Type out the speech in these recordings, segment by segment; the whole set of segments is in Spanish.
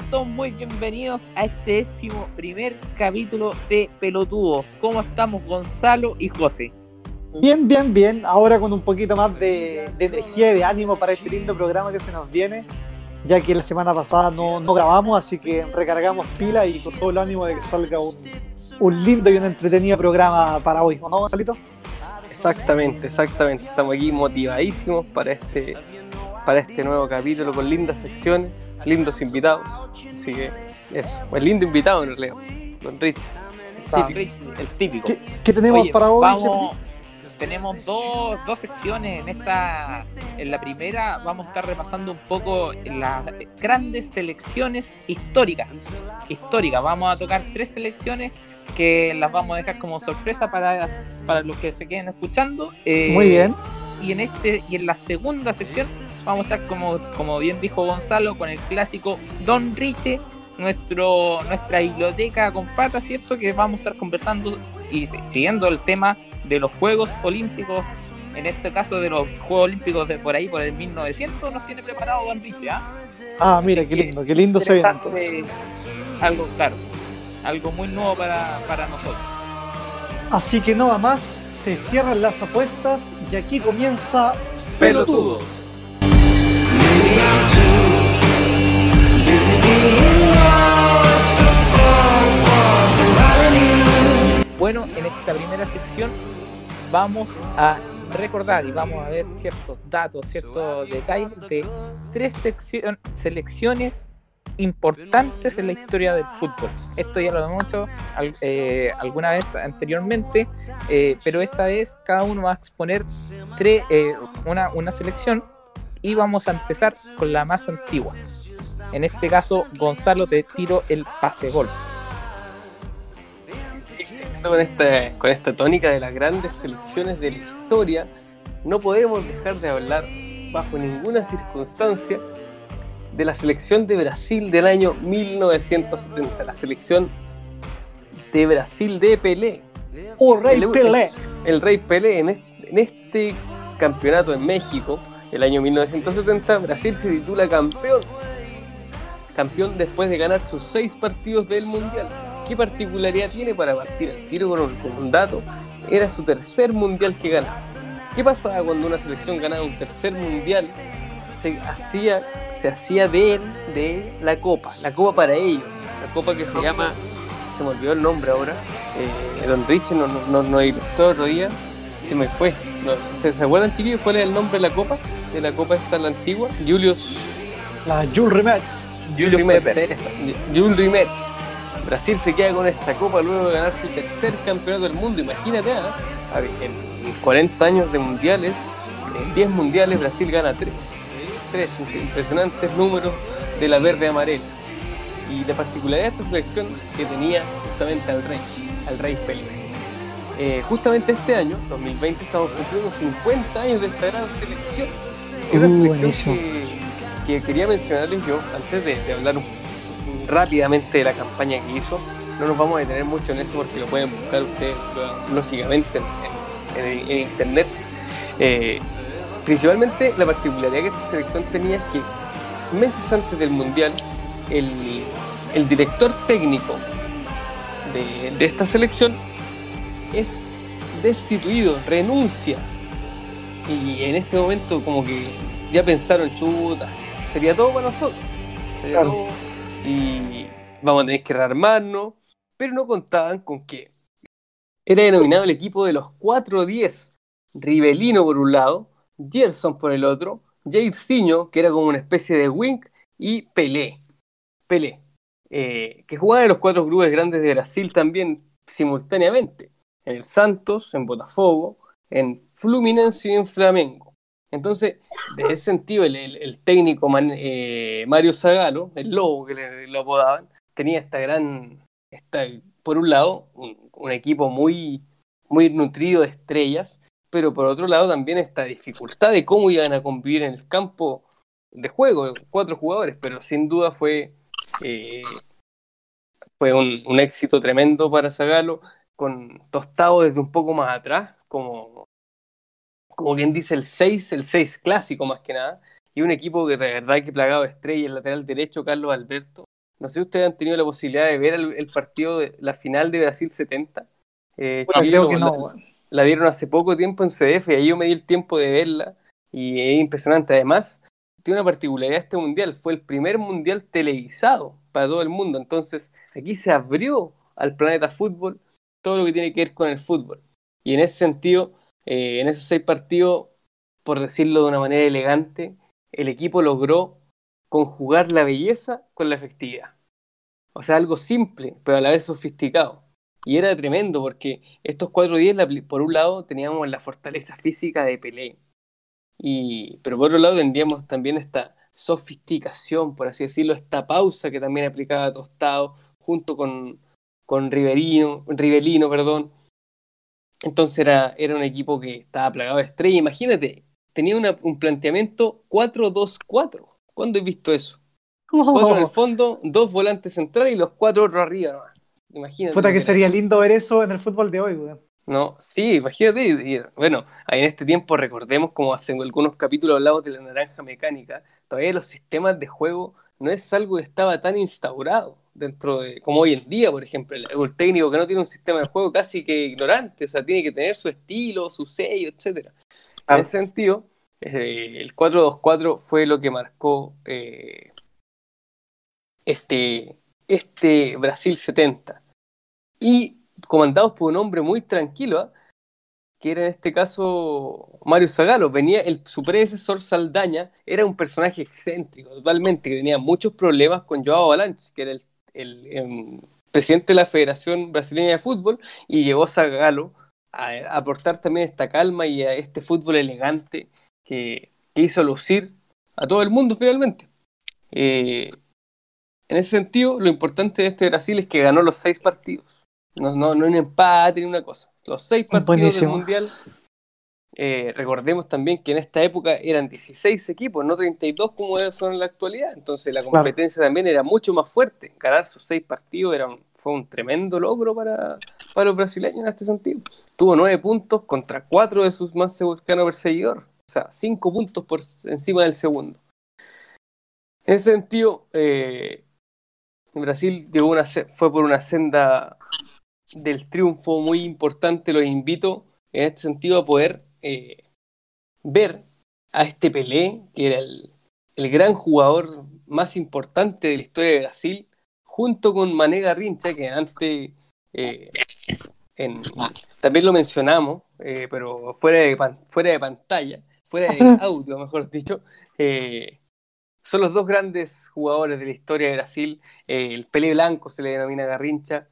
todos muy bienvenidos a este 11º capítulo de Pelotudo. ¿Cómo estamos, Gonzalo y José? Bien. Ahora con un poquito más de energía y de ánimo para este lindo programa que se nos viene, ya que la semana pasada no grabamos, así que recargamos pila y con todo el ánimo de que salga un lindo y un entretenido programa para hoy, ¿o no, Gonzalito? Exactamente. Estamos aquí motivadísimos para este nuevo capítulo con lindas secciones, lindos invitados. Así que eso, un lindo invitado en realidad, Don Rich. El típico. ¿Qué tenemos para hoy? Tenemos dos secciones en la primera vamos a estar repasando un poco las grandes selecciones históricas. Vamos a tocar 3 selecciones que las vamos a dejar como sorpresa para los que se queden escuchando. Muy bien. Y en la segunda sección vamos a estar, como bien dijo Gonzalo, con el clásico Don Riche, nuestra biblioteca con patas, ¿cierto? Que vamos a estar conversando y siguiendo el tema de los Juegos Olímpicos, en este caso de los Juegos Olímpicos de por ahí, por el 1900, nos tiene preparado Don Riche, ¿ah? Mira, qué lindo se ve entonces. Algo muy nuevo para nosotros. Así que no va más, se cierran las apuestas y aquí comienza Pelotudos. Bueno, en esta primera sección vamos a recordar y vamos a ver ciertos datos, ciertos detalles de 3 selecciones importantes en la historia del fútbol. Esto ya lo hemos hecho alguna vez anteriormente, pero esta vez cada uno va a exponer una selección y vamos a empezar con la más antigua. En este caso, Gonzalo, te tiro el pase-gol. Sí, siguiendo con esta tónica de las grandes selecciones de la historia, no podemos dejar de hablar bajo ninguna circunstancia de la selección de Brasil del año 1970, la selección de Brasil de Pelé. Pelé! El Rey Pelé. En este campeonato en México, el año 1970, Brasil se titula campeón después de ganar sus 6 partidos del Mundial. ¿Qué particularidad tiene? Para partir al tiro con un dato, era su tercer Mundial que ganaba. ¿Qué pasaba cuando una selección ganaba un tercer Mundial? Se hacía de la copa para ellos, la copa que se llama, se me olvidó el nombre ahora, Don Rich nos ilustró otro día, se me fue, ¿se acuerdan, chiquillos, cuál es el nombre de la copa esta, la antigua? Jules Rimet. Jules Rimet. Brasil se queda con esta copa luego de ganar su tercer campeonato del mundo. Imagínate, en 40 años de mundiales, en 10 mundiales Brasil gana 3 impresionantes números de la verde amarela. Y la particularidad de esta selección que tenía justamente al rey Pelé. Justamente este año, 2020, estamos cumpliendo 50 años de esta gran selección. Es una selección que quería mencionarles yo, antes de hablar rápidamente de la campaña que hizo. No nos vamos a detener mucho en eso porque lo pueden buscar ustedes lógicamente en internet. Principalmente la particularidad que esta selección tenía es que meses antes del Mundial el director técnico de esta selección es destituido, renuncia, y en este momento como que ya pensaron, chuta, sería todo para nosotros, todo, y vamos a tener que rearmarnos, pero no contaban con que era denominado el equipo de los 4-10, Rivelino por un lado, Gerson por el otro, Jairzinho, que era como una especie de wing, y Pelé, que jugaba en los 4 clubes grandes de Brasil también simultáneamente, en el Santos, en Botafogo, en Fluminense y en Flamengo. Entonces, de ese sentido, el técnico Mario Zagallo, el Lobo que lo apodaban, tenía por un lado, un equipo muy, muy nutrido de estrellas, pero por otro lado también esta dificultad de cómo iban a convivir en el campo de juego, 4 jugadores, pero sin duda fue un éxito tremendo para Zagallo, con Tostado desde un poco más atrás, como quien dice el 6 clásico más que nada, y un equipo que de verdad que plagado de estrellas. El lateral derecho, Carlos Alberto, No sé si ustedes han tenido la posibilidad de ver el partido de la final de Brasil 70. Puta, creo Chiquillos, que no, weón. la dieron hace poco tiempo en CDF y ahí yo me di el tiempo de verla y es impresionante. Además, tiene una particularidad este mundial, fue el primer mundial televisado para todo el mundo. Entonces, aquí se abrió al planeta fútbol todo lo que tiene que ver con el fútbol. Y en ese sentido, en esos 6 partidos, por decirlo de una manera elegante, el equipo logró conjugar la belleza con la efectividad. O sea, algo simple, pero a la vez sofisticado. Y era tremendo porque estos 4 días, por un lado, teníamos la fortaleza física de Pelé, pero por otro lado tendríamos también esta sofisticación, por así decirlo, esta pausa que también aplicaba Tostado, junto con Rivelino, perdón. Entonces era un equipo que estaba plagado de estrellas. Imagínate, tenía un planteamiento 4-2-4. ¿Cuándo he visto eso? 4 en el fondo, 2 volantes centrales y los 4 otros arriba nomás. Imagínate Puta lo que que era. sería lindo ver eso en el fútbol de hoy, weón. No, sí, imagínate. Bueno, ahí en este tiempo recordemos, como hace algunos capítulos hablamos de la naranja mecánica, todavía los sistemas de juego no es algo que estaba tan instaurado dentro de, como hoy en día, por ejemplo, el técnico que no tiene un sistema de juego casi que ignorante, o sea, tiene que tener su estilo, su sello, etcétera. En Claro. ese sentido, el 4-2-4 fue lo que marcó este Brasil 70. Y comandados por un hombre muy tranquilo, ¿eh? Que era en este caso Mario Zagallo. Su predecesor Saldaña era un personaje excéntrico, totalmente, que tenía muchos problemas con Joao Avalanche, que era el presidente de la Federación Brasileña de Fútbol, y llegó Zagallo a aportar también esta calma y a este fútbol elegante que hizo lucir a todo el mundo finalmente. En ese sentido, lo importante de este Brasil es que ganó los 6 partidos. No un empate ni una cosa. Los 6 partidos del Buenísimo. Mundial. Recordemos también que en esta época eran 16 equipos, no 32 como son en la actualidad. Entonces la Claro. competencia también era mucho más fuerte. Ganar sus 6 partidos fue un tremendo logro para los brasileños en este sentido. Tuvo 9 puntos contra 4 de sus más cercanos perseguidores. O sea, 5 puntos por encima del segundo. En ese sentido, Brasil fue por una senda del triunfo muy importante. Los invito en este sentido a poder ver a este Pelé, que era el gran jugador más importante de la historia de Brasil, junto con Mané Garrincha, que antes eh, también lo mencionamos, pero fuera de pantalla, fuera de audio, mejor dicho. Son los dos grandes jugadores de la historia de Brasil. El Pelé Blanco se le denomina Garrincha.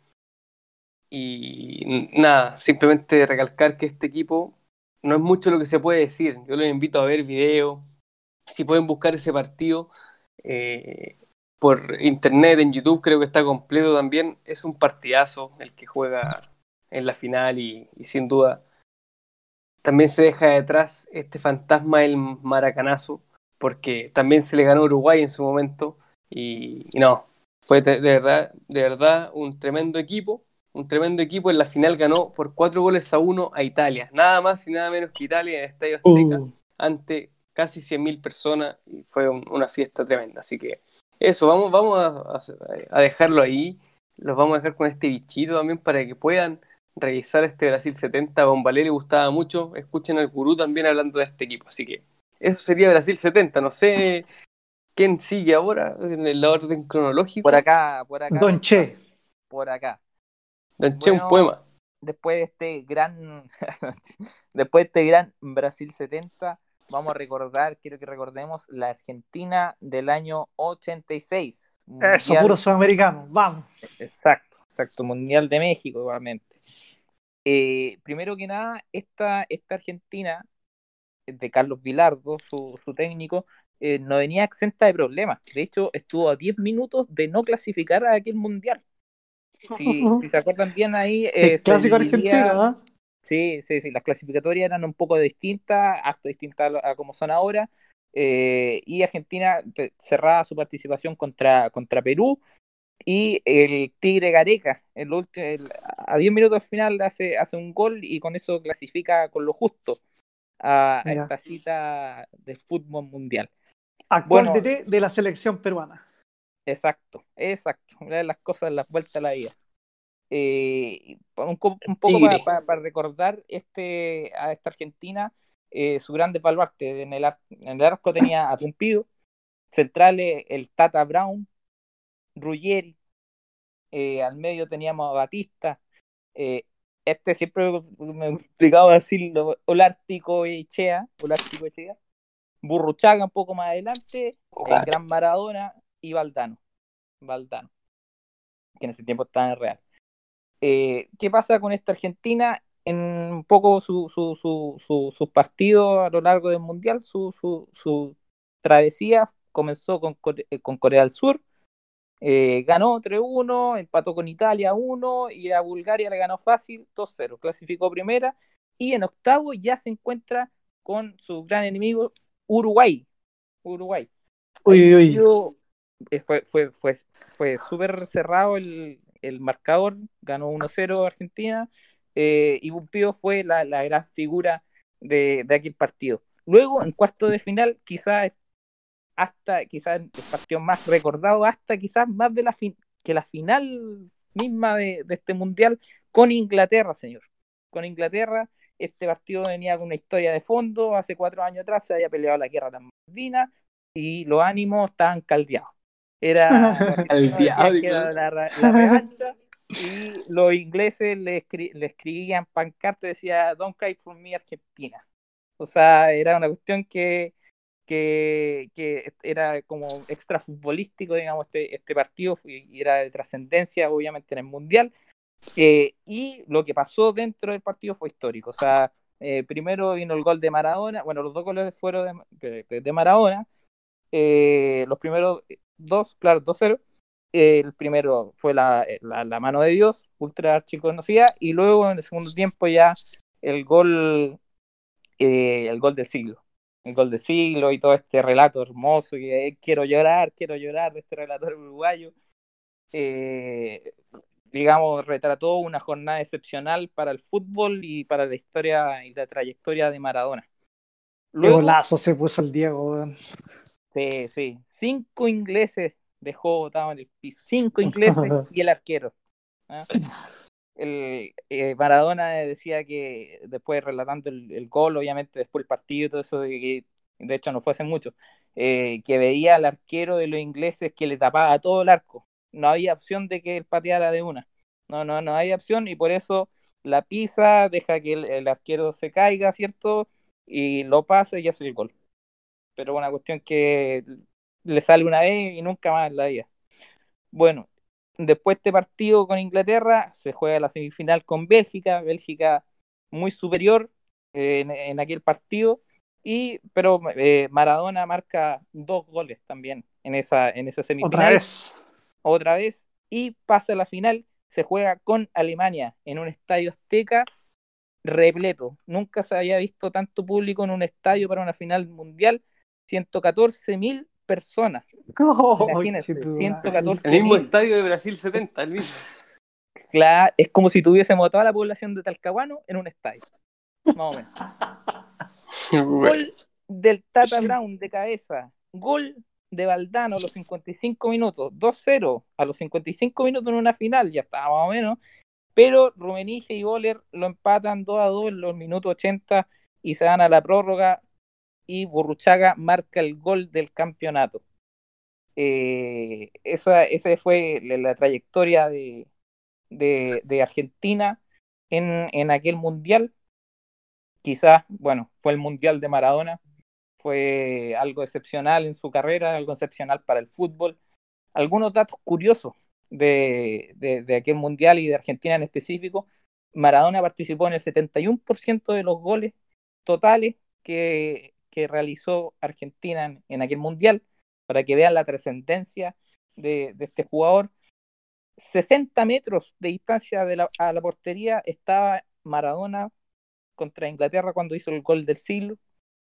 Y nada, simplemente recalcar que este equipo no es mucho lo que se puede decir. Yo los invito a ver videos. Si pueden buscar ese partido eh, por internet, en YouTube, creo que está completo también. Es un partidazo el que juega en la final y sin duda también se deja detrás este fantasma del maracanazo, porque también se le ganó a Uruguay en su momento y no, fue de verdad un tremendo equipo. En la final ganó por 4 goles a 1 a Italia, nada más y nada menos que Italia en el Estadio Azteca, ante casi 100.000 personas, y fue una fiesta tremenda. Así que eso, vamos a dejarlo ahí, los vamos a dejar con este bichito también para que puedan revisar este Brasil 70. A Bombalé le gustaba mucho. Escuchen al gurú también hablando de este equipo. Así que eso sería Brasil 70. No sé quién sigue ahora en el orden Por cronológico. acá, Don Gonzalo, Che. por acá. Don Che, un Bueno, poema. después de este gran, después de este gran Brasil 70, vamos a recordar, quiero que recordemos la Argentina del año 86, Eso, puro Mundial, sudamericano. Vamos. exacto, Mundial de México igualmente. Primero que nada, esta Argentina de Carlos Vilardo, su técnico, no venía exenta de problemas. De hecho, estuvo a 10 minutos de no clasificar a aquel mundial. Si se acuerdan bien ahí, El se clásico argentino, dividía. ¿ah? Sí, las clasificatorias eran un poco distintas, harto distintas a como son ahora. Y Argentina cerraba su participación contra Perú y el Tigre Gareca, a 10 minutos al final hace un gol y con eso clasifica con lo justo a Mira. esta cita de fútbol mundial. Actual Bueno, DT de la selección peruana. Exacto. Una de las cosas, las vueltas a la vida. Un poco Tigre. para recordar a esta Argentina, su grande baluarte. En el arco tenía a Pumpido, centrales el Tata Brown, Ruggeri, al medio teníamos a Batista, siempre me he explicado decirlo, Olártico Echea, Burruchaga un poco más adelante, el gran Maradona y Valdano, que en ese tiempo estaba en el Real. ¿Qué pasa con esta Argentina? En un poco sus partidos a lo largo del Mundial, su travesía comenzó con Corea del Sur, ganó 3-1, empató con Italia 1 y a Bulgaria le ganó fácil 2-0, clasificó primera y en octavo ya se encuentra con su gran enemigo Uruguay. Uy. Fue súper cerrado el marcador, ganó 1-0 Argentina, y Bumpío fue la gran figura de aquel partido. Luego, en cuarto de final, quizás el partido más recordado, hasta quizás más que la final misma de este mundial, con Inglaterra, señor. Con Inglaterra, este partido venía con una historia de fondo. Hace 4 años atrás se había peleado la guerra de las Malvinas y los ánimos estaban caldeados. Los argentinos decían que era la revancha, y los ingleses le escribían pancartas y decía "Don't cry for me, Argentina". O sea, era una cuestión que era como extra futbolístico, digamos, este partido, y era de trascendencia, obviamente, en el Mundial. Y lo que pasó dentro del partido fue histórico. O sea, primero vino el gol de Maradona. Bueno, los 2 goles fueron de Maradona. Los primeros 2, claro, 2-0. El primero fue la mano de Dios, ultra archiconocida, y luego en el segundo tiempo ya el gol del siglo. El gol del siglo y todo este relato hermoso, que quiero llorar de este relator uruguayo. Digamos, retrató una jornada excepcional para el fútbol y para la historia y la trayectoria de Maradona. Qué Luego, golazo se puso el Diego, weón. sí, 5 ingleses dejó botados en el piso, 5 ingleses y el arquero. ¿Ah? Maradona decía que, después relatando el gol, obviamente después el partido y todo eso, de hecho no fue hace mucho, que veía al arquero de los ingleses que le tapaba todo el arco. No había opción de que él pateara de una. No hay opción, y por eso la pisa, deja que el arquero se caiga, ¿cierto? Y lo pasa y hace el gol. Pero una cuestión que le sale una vez y nunca más en la vida. Bueno, después de este partido con Inglaterra, se juega la semifinal con Bélgica muy superior en aquel partido, pero Maradona marca 2 goles también en esa semifinal. Otra vez, y pasa a la final. Se juega con Alemania en un estadio Azteca repleto. Nunca se había visto tanto público en un estadio para una final mundial. 114.000 personas. Imagínense, 114.000. El mismo estadio de Brasil 70, el mismo. Claro, es como si tuviésemos toda la población de Talcahuano en un estadio, más o menos. Gol del Tata Brown de cabeza, gol de Valdano a los 55 minutos, 2-0 a los 55 minutos en una final, ya estaba más o menos, pero Rummenigge y Boller lo empatan 2-2 en los minutos 80 y se dan a la prórroga, y Burruchaga marca el gol del campeonato. Esa fue la trayectoria de Argentina en aquel mundial. Quizás, bueno, fue el mundial de Maradona, fue algo excepcional en su carrera, algo excepcional para el fútbol. Algunos datos curiosos de aquel mundial y de Argentina en específico: Maradona participó en el 71% de los goles totales que realizó Argentina en aquel mundial, para que vean la trascendencia de este jugador. 60 metros de distancia a la portería estaba Maradona contra Inglaterra cuando hizo el gol del siglo.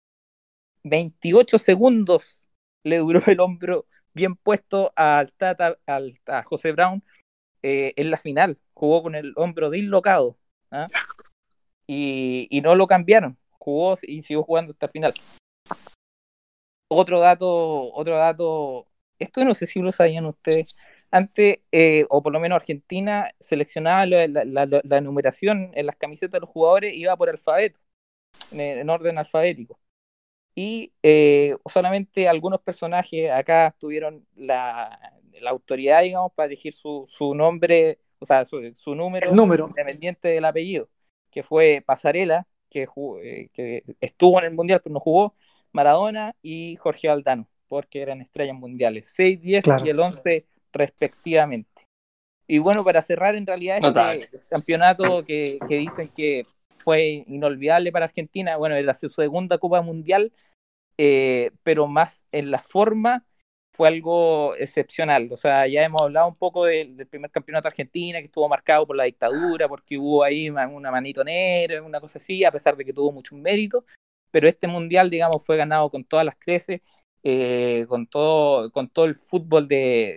28 segundos le duró el hombro bien puesto a José Brown en la final. Jugó con el hombro dislocado, ¿ah? Y no lo cambiaron. Jugó y siguió jugando hasta el final. Otro dato esto no sé si lo sabían ustedes, antes, o por lo menos Argentina, seleccionaba la numeración en las camisetas de los jugadores, iba por alfabeto, en orden alfabético. Y solamente algunos personajes acá tuvieron la autoridad, digamos, para elegir su nombre, o sea, su El número número, independiente del apellido, que fue Pasarela, que estuvo en el Mundial pero no jugó, Maradona y Jorge Valdano, porque eran estrellas mundiales, 6, 10 y claro. el 11 respectivamente. Y bueno, para cerrar en realidad Notable. este campeonato que dicen que fue inolvidable para Argentina, bueno, era su segunda Copa Mundial, pero más en la forma fue algo excepcional. O sea, ya hemos hablado un poco del primer campeonato de Argentina, que estuvo marcado por la dictadura, porque hubo ahí una manito negra, una cosa así, a pesar de que tuvo mucho mérito, pero este mundial, digamos, fue ganado con todas las creces, con todo el fútbol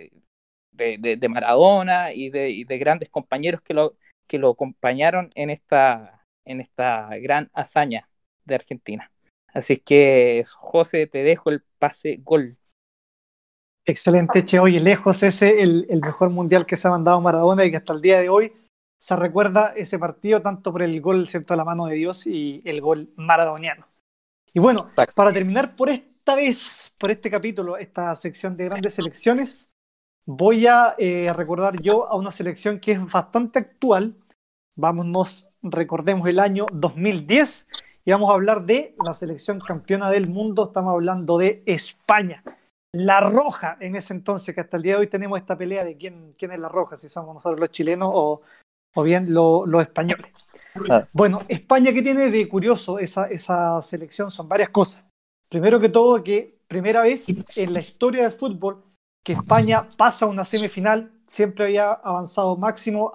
de Maradona y de grandes compañeros que lo acompañaron en esta gran hazaña de Argentina. Así que, José, te dejo el pase gol. Excelente, che. Oye, lejos ese el mejor mundial que se ha mandado Maradona y que hasta el día de hoy se recuerda ese partido tanto por el gol centro de la mano de Dios y el gol maradoniano. Y bueno, Exacto. para terminar por esta vez, por este capítulo, esta sección de grandes selecciones, voy a recordar yo a una selección que es bastante actual. Vámonos, recordemos el año 2010 y vamos a hablar de la selección campeona del mundo. Estamos hablando de España. La Roja en ese entonces, que hasta el día de hoy tenemos esta pelea de quién es la Roja, si somos nosotros los chilenos o bien los españoles. Ah, Bueno, España, ¿qué tiene de curioso esa selección? Son varias cosas. Primero que todo, que primera vez en la historia del fútbol que España pasa a una semifinal, siempre había avanzado máximo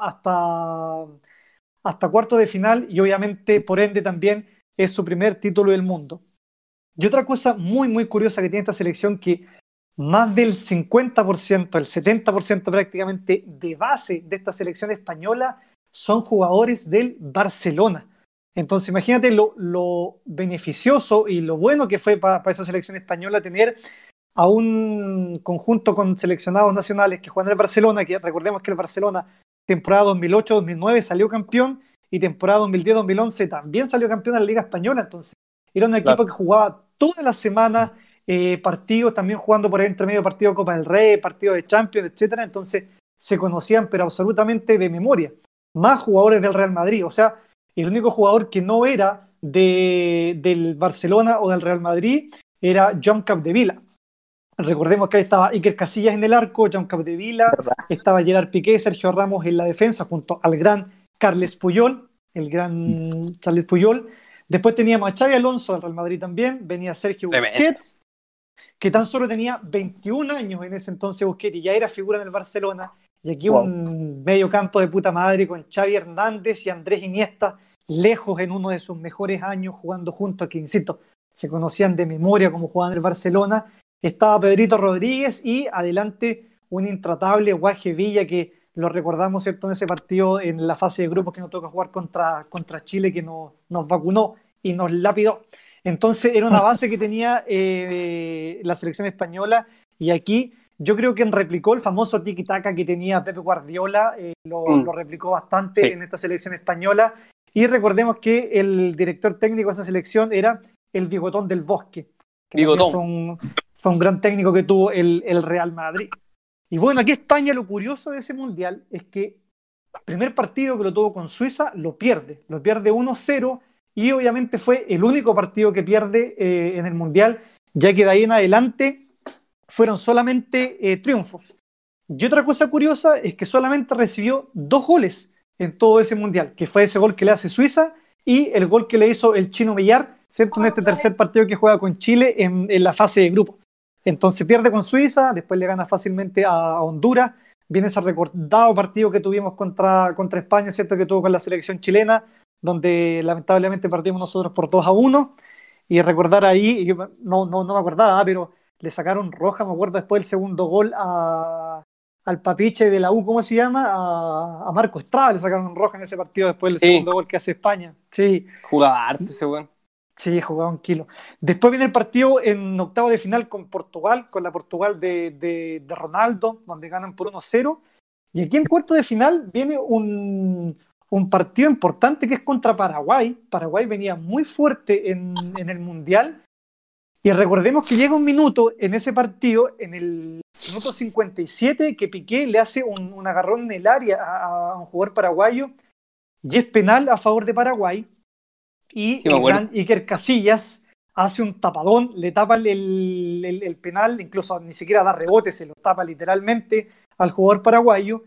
hasta cuartos de final y obviamente, por ende, también es su primer título del mundo. Y otra cosa muy, muy curiosa que tiene esta selección, que más del 50%, el 70% prácticamente de base de esta selección española son jugadores del Barcelona. Entonces imagínate lo beneficioso y lo bueno que fue para esa selección española tener a un conjunto con seleccionados nacionales que juegan en el Barcelona, que recordemos que el Barcelona temporada 2008-2009 salió campeón y temporada 2010-2011 también salió campeón de la Liga Española. Entonces era un equipo claro. que jugaba todas las semanas partidos, también jugando por ahí entre medio partido de Copa del Rey, partido de Champions, etcétera. Entonces se conocían, pero absolutamente de memoria. Más jugadores del Real Madrid. O sea, el único jugador que no era del Barcelona o del Real Madrid era John Capdevila. Recordemos que ahí estaba Iker Casillas en el arco, John Capdevila, ¿Verdad? estaba Gerard Piqué, Sergio Ramos en la defensa, junto al gran Carles Puyol, el gran Charles Puyol. Después teníamos a Xavi Alonso del Real Madrid también, venía Sergio Tremendo. Busquets, que tan solo tenía 21 años en ese entonces Busquets y ya era figura en el Barcelona. Y aquí Wow. un medio campo de puta madre con Xavi Hernández y Andrés Iniesta, lejos en uno de sus mejores años jugando juntos, que insisto, se conocían de memoria como jugaban en el Barcelona. Estaba Pedrito Rodríguez y adelante un intratable Guaje Villa, que lo recordamos, ¿cierto?, en ese partido en la fase de grupos que nos toca jugar contra Chile, que nos vacunó y nos lapidó. Entonces era una base que tenía la selección española y aquí yo creo que replicó el famoso tiki-taka que tenía Pepe Guardiola, lo replicó bastante Sí. en esta selección española. Y recordemos que el director técnico de esa selección era el Bigotón del Bosque, que también fue un gran técnico que tuvo el Real Madrid. Y bueno, aquí España, lo curioso de ese mundial es que el primer partido que lo tuvo con Suiza lo pierde 1-0 y obviamente fue el único partido que pierde en el mundial, ya que de ahí en adelante fueron solamente triunfos. Y otra cosa curiosa es que solamente recibió 2 goles en todo ese mundial, que fue ese gol que le hace Suiza y el gol que le hizo el Chino Villar, ¿cierto?, en este tercer partido que juega con Chile en la fase de grupo. Entonces pierde con Suiza, después le gana fácilmente a Honduras, viene ese recordado partido que tuvimos contra España, ¿cierto?, que tuvo con la selección chilena, donde lamentablemente perdimos nosotros por 2-1, y recordar ahí, no me acordaba, pero le sacaron roja, me acuerdo, después del segundo gol al papiche de la U, ¿cómo se llama? A Marco Estrada le sacaron roja en ese partido después del segundo gol que hace España. Sí, Jugaba harto ese weón. Sí, jugaba un kilo. Después viene el partido en octavo de final con Portugal, con la Portugal de Ronaldo, donde ganan por 1-0. Y aquí en cuarto de final viene un partido importante que es contra Paraguay. Paraguay venía muy fuerte en el Mundial. Y recordemos que llega un minuto en ese partido, en el minuto 57, que Piqué le hace un agarrón en el área a un jugador paraguayo. Y es penal a favor de Paraguay. Y Sí, me el acuerdo. gran Iker Casillas hace un tapadón, le tapa el penal, incluso ni siquiera da rebote, se lo tapa literalmente al jugador paraguayo.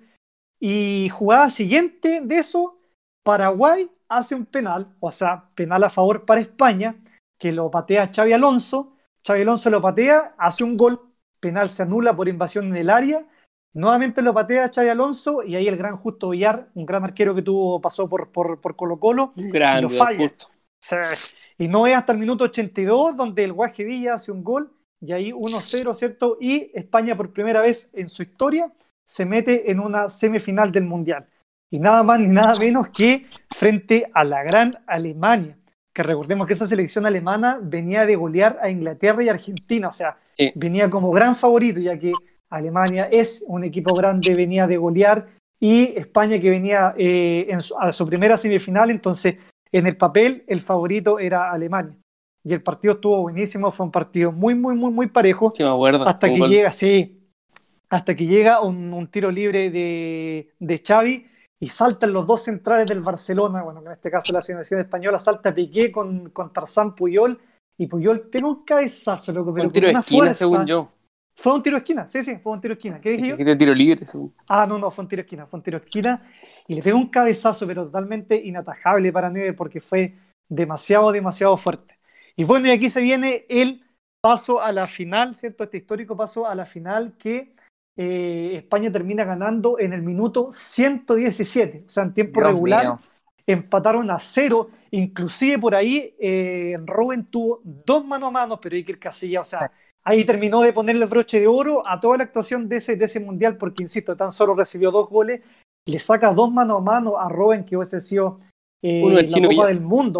Y jugada siguiente de eso, Paraguay hace un penal, o sea, penal a favor para España, que lo patea Xavi Alonso. Xavi Alonso lo patea, hace un gol, penal se anula por invasión en el área. Nuevamente lo patea Xavi Alonso y ahí el gran Justo Villar, un gran arquero que pasó por Colo-Colo, Un y gran lo lugar, falla. justo. Sí. Y no es hasta el minuto 82 donde el Guaje Villa hace un gol y ahí 1-0, ¿cierto? Y España por primera vez en su historia se mete en una semifinal del Mundial. Y nada más ni nada menos que frente a la gran Alemania. Que recordemos que esa selección alemana venía de golear a Inglaterra y Argentina. O sea, Sí. venía como gran favorito, ya que Alemania es un equipo grande, venía de golear. Y España que venía a su primera semifinal, entonces en el papel el favorito era Alemania. Y el partido estuvo buenísimo, fue un partido muy, muy, muy, muy parejo. Sí, me acuerdo. Hasta Un que gol. llega, sí, hasta que llega un tiro libre de Xavi y saltan los dos centrales del Barcelona, bueno, en este caso la selección española, salta Piqué con Tarzán Puyol, y Puyol pega un cabezazo, loco, Fue pero un tiro con de una esquina, fuerza. según yo. Fue un tiro de esquina, sí, fue un tiro de esquina. ¿Qué dije yo? Dijiste tiro libre, según. No, fue un tiro de esquina, y le pegó un cabezazo, pero totalmente inatajable para Neuer porque fue demasiado, demasiado fuerte. Y bueno, y aquí se viene el paso a la final, ¿cierto? Este histórico paso a la final que España termina ganando en el minuto 117, o sea, en tiempo Dios regular, mío. empataron a 0, inclusive por ahí Robben tuvo 2 mano a mano, pero Iker Casillas, o sea, ahí terminó de ponerle el broche de oro a toda la actuación de ese mundial, porque insisto, tan solo recibió 2 goles, le saca 2 mano a mano a Robben, que hubiese sido Uno del la Chino Copa Villar. del Mundo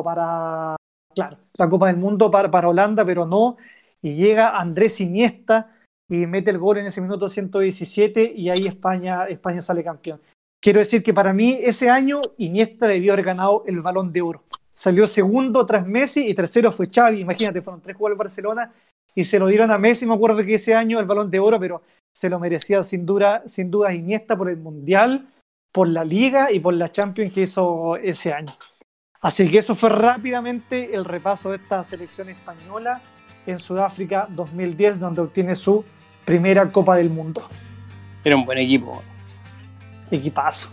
la Copa del Mundo para Holanda, pero no, y llega Andrés Iniesta y mete el gol en ese minuto 117 y ahí España sale campeón. Quiero decir que para mí ese año Iniesta debió haber ganado el Balón de Oro. Salió segundo tras Messi y tercero fue Xavi. Imagínate, fueron 3 jugadores de Barcelona y se lo dieron a Messi, me acuerdo que ese año el Balón de Oro, pero se lo merecía sin duda Iniesta por el Mundial, por la Liga y por la Champions que hizo ese año. Así que eso fue rápidamente el repaso de esta selección española en Sudáfrica 2010, donde obtiene su primera Copa del Mundo. Era un buen equipo. Equipazo.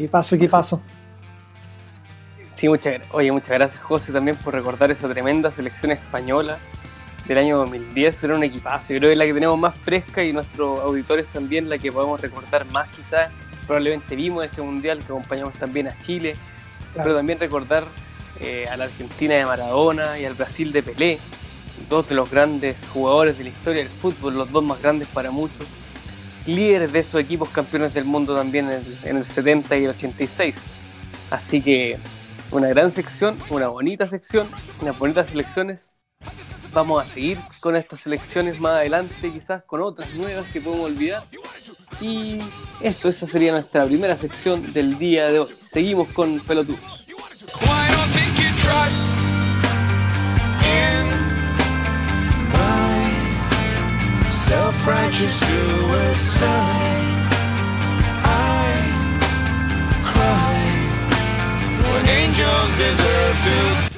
Sí, muchas gracias, José, también por recordar esa tremenda selección española del año 2010. Era un equipazo. Yo creo que es la que tenemos más fresca y nuestros auditores también la que podemos recordar más, quizás. Probablemente vimos ese mundial que acompañamos también a Chile, claro. Pero también recordar a la Argentina de Maradona y al Brasil de Pelé, dos de los grandes jugadores de la historia del fútbol, los dos más grandes para muchos, líderes de esos equipos campeones del mundo también en el 70 y el 86. Así que una gran sección, una bonita sección, unas bonitas selecciones. Vamos a seguir con estas selecciones más adelante, quizás con otras nuevas que podemos olvidar. Y esa sería nuestra primera sección del día de hoy. Seguimos con Pelotudos. Self-righteous suicide. I cry when angels deserve to.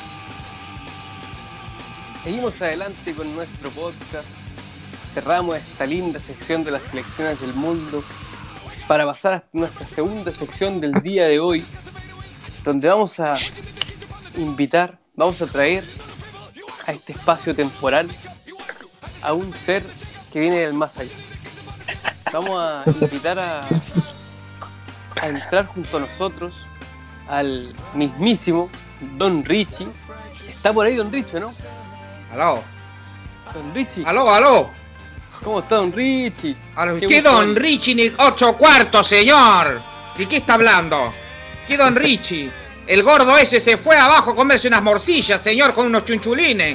Seguimos adelante con nuestro podcast. Cerramos esta linda sección de las selecciones del mundo para pasar a nuestra segunda sección del día de hoy, donde vamos a traer a este espacio temporal a un ser que viene del más allá. Vamos a invitar a entrar junto a nosotros al mismísimo Don Richie. Está por ahí Don Richie, ¿no? Aló. Don Richie. Aló. ¿Cómo está Don Richie? ¿Qué Don Richie ni 8 cuartos, señor? ¿De qué está hablando? ¿Qué Don Richie? El gordo ese se fue abajo a comerse unas morcillas, señor, con unos chunchulines.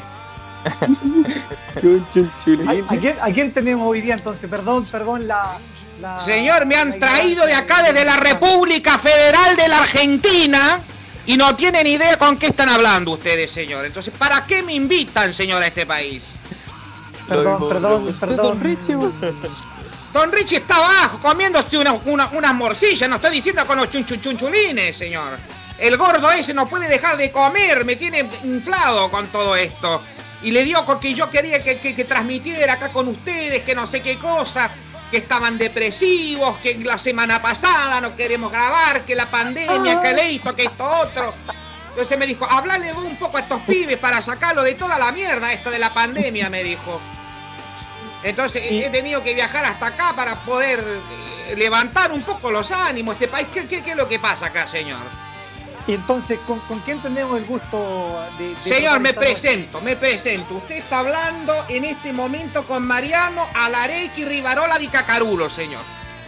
¿A quién tenemos hoy día entonces? Perdón, Señor, me han traído de acá desde la República Federal de la Argentina y no tienen idea con qué están hablando ustedes, señor. Entonces, ¿para qué me invitan, señor, a este país? Perdón. Don Richie, Don Richie está abajo comiéndose unas morcillas, no estoy diciendo con los chunchulines, señor. El gordo ese no puede dejar de comer, me tiene inflado con todo esto. Y le dio que yo quería que transmitiera acá con ustedes, que no sé qué cosa, que estaban depresivos, que la semana pasada no queremos grabar, que la pandemia, que esto, que esto otro. Entonces me dijo, hablale vos un poco a estos pibes para sacarlo de toda la mierda esto de la pandemia, me dijo. Entonces he tenido que viajar hasta acá para poder levantar un poco los ánimos de este país. ¿Qué es lo que pasa acá, señor? Y entonces, ¿con quién tenemos el gusto de señor, me presento. Usted está hablando en este momento con Mariano Alarecki Rivarola di Cacarulo, señor.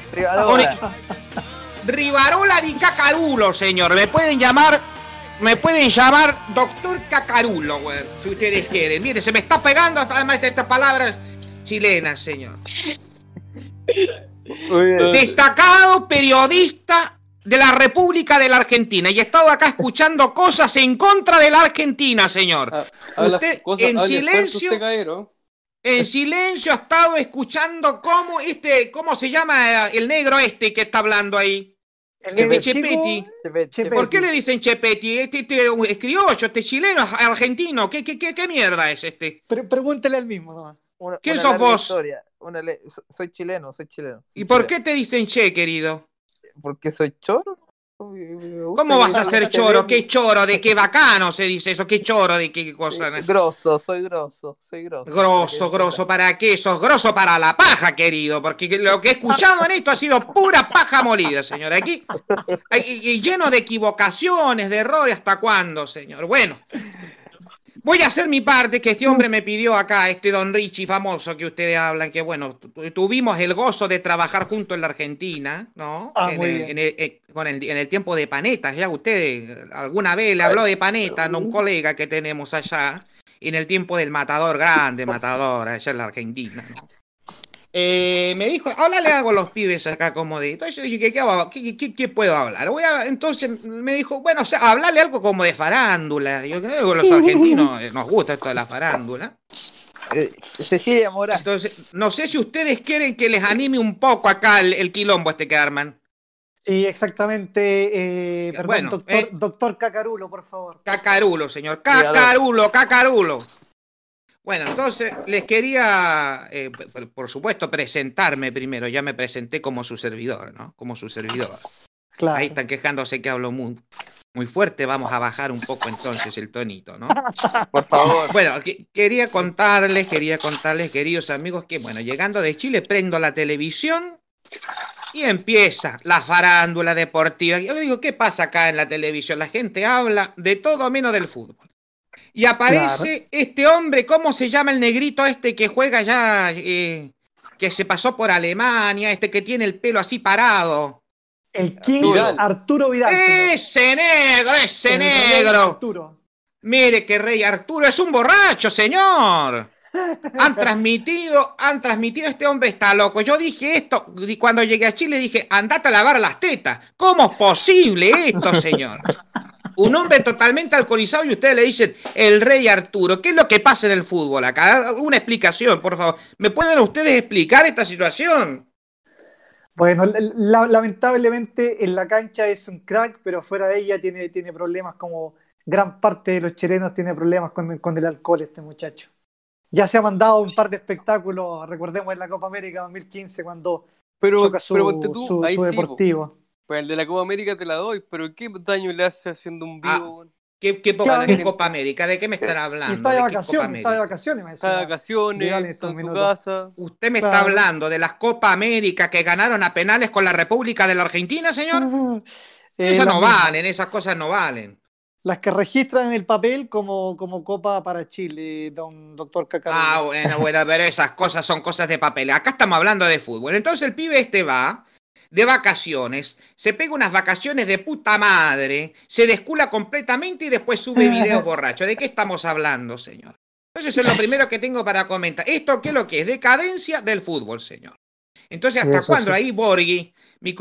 Rivarola di Cacarulo, señor. Me pueden llamar Doctor Cacarulo, güey, si ustedes quieren. Mire, se me está pegando además estas palabras chilenas, señor. Destacado periodista de la República de la Argentina y he estado acá escuchando cosas en contra de la Argentina, señor. Usted en silencio ha estado escuchando cómo se llama el negro este que está hablando ahí. Chepetti. ¿Por qué le dicen Chepetti? Este es criollo, este chileno, argentino. ¿Qué mierda es este? Pregúntele al mismo, nomás. ¿Quién sos vos? Soy chileno. ¿Y por qué te dicen Che, querido? Porque soy choro. ¿Cómo vas a ser choro? ¿Qué choro? ¿De qué bacano se dice eso? ¿Qué choro? ¿De qué cosa? Soy grosso. Grosso, ¿para qué? Sos grosso para la paja, querido, porque lo que he escuchado en esto ha sido pura paja molida, señor. Aquí, y lleno de equivocaciones, de errores, ¿hasta cuándo, señor? Bueno, voy a hacer mi parte, que este hombre me pidió acá, este Don Richie famoso que ustedes hablan, que bueno, tuvimos el gozo de trabajar juntos en la Argentina, ¿no? En el tiempo de Panetas, ya usted alguna vez le habló de Panetas, ¿no? Un colega que tenemos allá, en el tiempo del Matador, grande Matador, allá en la Argentina, ¿no? Me dijo, háblale algo a los pibes acá como de... Entonces yo dije, ¿qué puedo hablar? Entonces me dijo, bueno, o sea, hablarle algo como de farándula. Yo creo que los argentinos nos gusta esto de la farándula. Cecilia Morán. Entonces, no sé si ustedes quieren que les anime un poco acá el quilombo este que arman. Sí, exactamente. Perdón, bueno, doctor Cacarulo, por favor. Cacarulo, señor. Cacarulo. Bueno, entonces les quería, por supuesto, presentarme primero. Ya me presenté como su servidor, ¿no? Como su servidor. Claro. Ahí están quejándose que hablo muy fuerte. Vamos a bajar un poco entonces el tonito, ¿no? Por favor. Bueno, quería contarles, queridos amigos, que bueno, llegando de Chile prendo la televisión y empieza la farándula deportiva. Yo digo, ¿qué pasa acá en la televisión? La gente habla de todo menos del fútbol. Y aparece este hombre, ¿cómo se llama el negrito este que juega ya, que se pasó por Alemania, este que tiene el pelo así parado? El King Arturo Vidal. Ese negro. Arturo. Mire que Rey Arturo es un borracho, señor. Han transmitido, este hombre está loco. Yo dije esto, cuando llegué a Chile dije, andate a lavar las tetas. ¿Cómo es posible esto, señor? Un hombre totalmente alcoholizado y ustedes le dicen el Rey Arturo. ¿Qué es lo que pasa en el fútbol acá? Una explicación, por favor. ¿Me pueden ustedes explicar esta situación? Bueno, lamentablemente en la cancha es un crack, pero fuera de ella tiene problemas, como gran parte de los chilenos tiene problemas con el alcohol este muchacho. Ya se ha mandado un par de espectáculos, recordemos en la Copa América 2015 cuando choca su Deportivo. Pues el de la Copa América te la doy, pero ¿qué daño le hace haciendo un vivo? ¿Qué Copa América? ¿De qué me están hablando? Está de vacaciones, está en su casa. ¿Usted me está hablando de las Copa América que ganaron a penales con la República de la Argentina, señor? Esas no valen, esas cosas no valen. Las que registran en el papel como Copa para Chile, doctor Cacarulo. Bueno, pero esas cosas son cosas de papel. Acá estamos hablando de fútbol. Entonces el pibe este va de vacaciones, se pega unas vacaciones de puta madre, se descula completamente y después sube videos borrachos. ¿De qué estamos hablando, señor? Entonces eso es lo primero que tengo para comentar. ¿Esto qué es lo que es? Decadencia del fútbol, señor. Entonces, ¿hasta Eso cuándo? sí. Ahí Borghi,